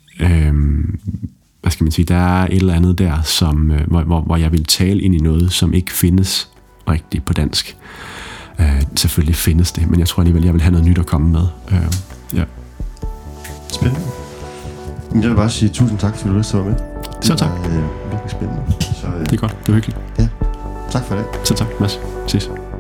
hvad skal man sige, der er et eller andet der, som, hvor jeg vil tale ind i noget, som ikke findes rigtigt på dansk. Selvfølgelig findes det, men jeg tror alligevel, jeg vil have noget nyt at komme med. Ja. Spændende. Jeg vil bare sige tusind tak, fordi du lyst til at være med. Så tak. Det var virkelig spændende. Det er godt, det var hyggeligt. Ja, tak for det. Så tak, Mads. Ses.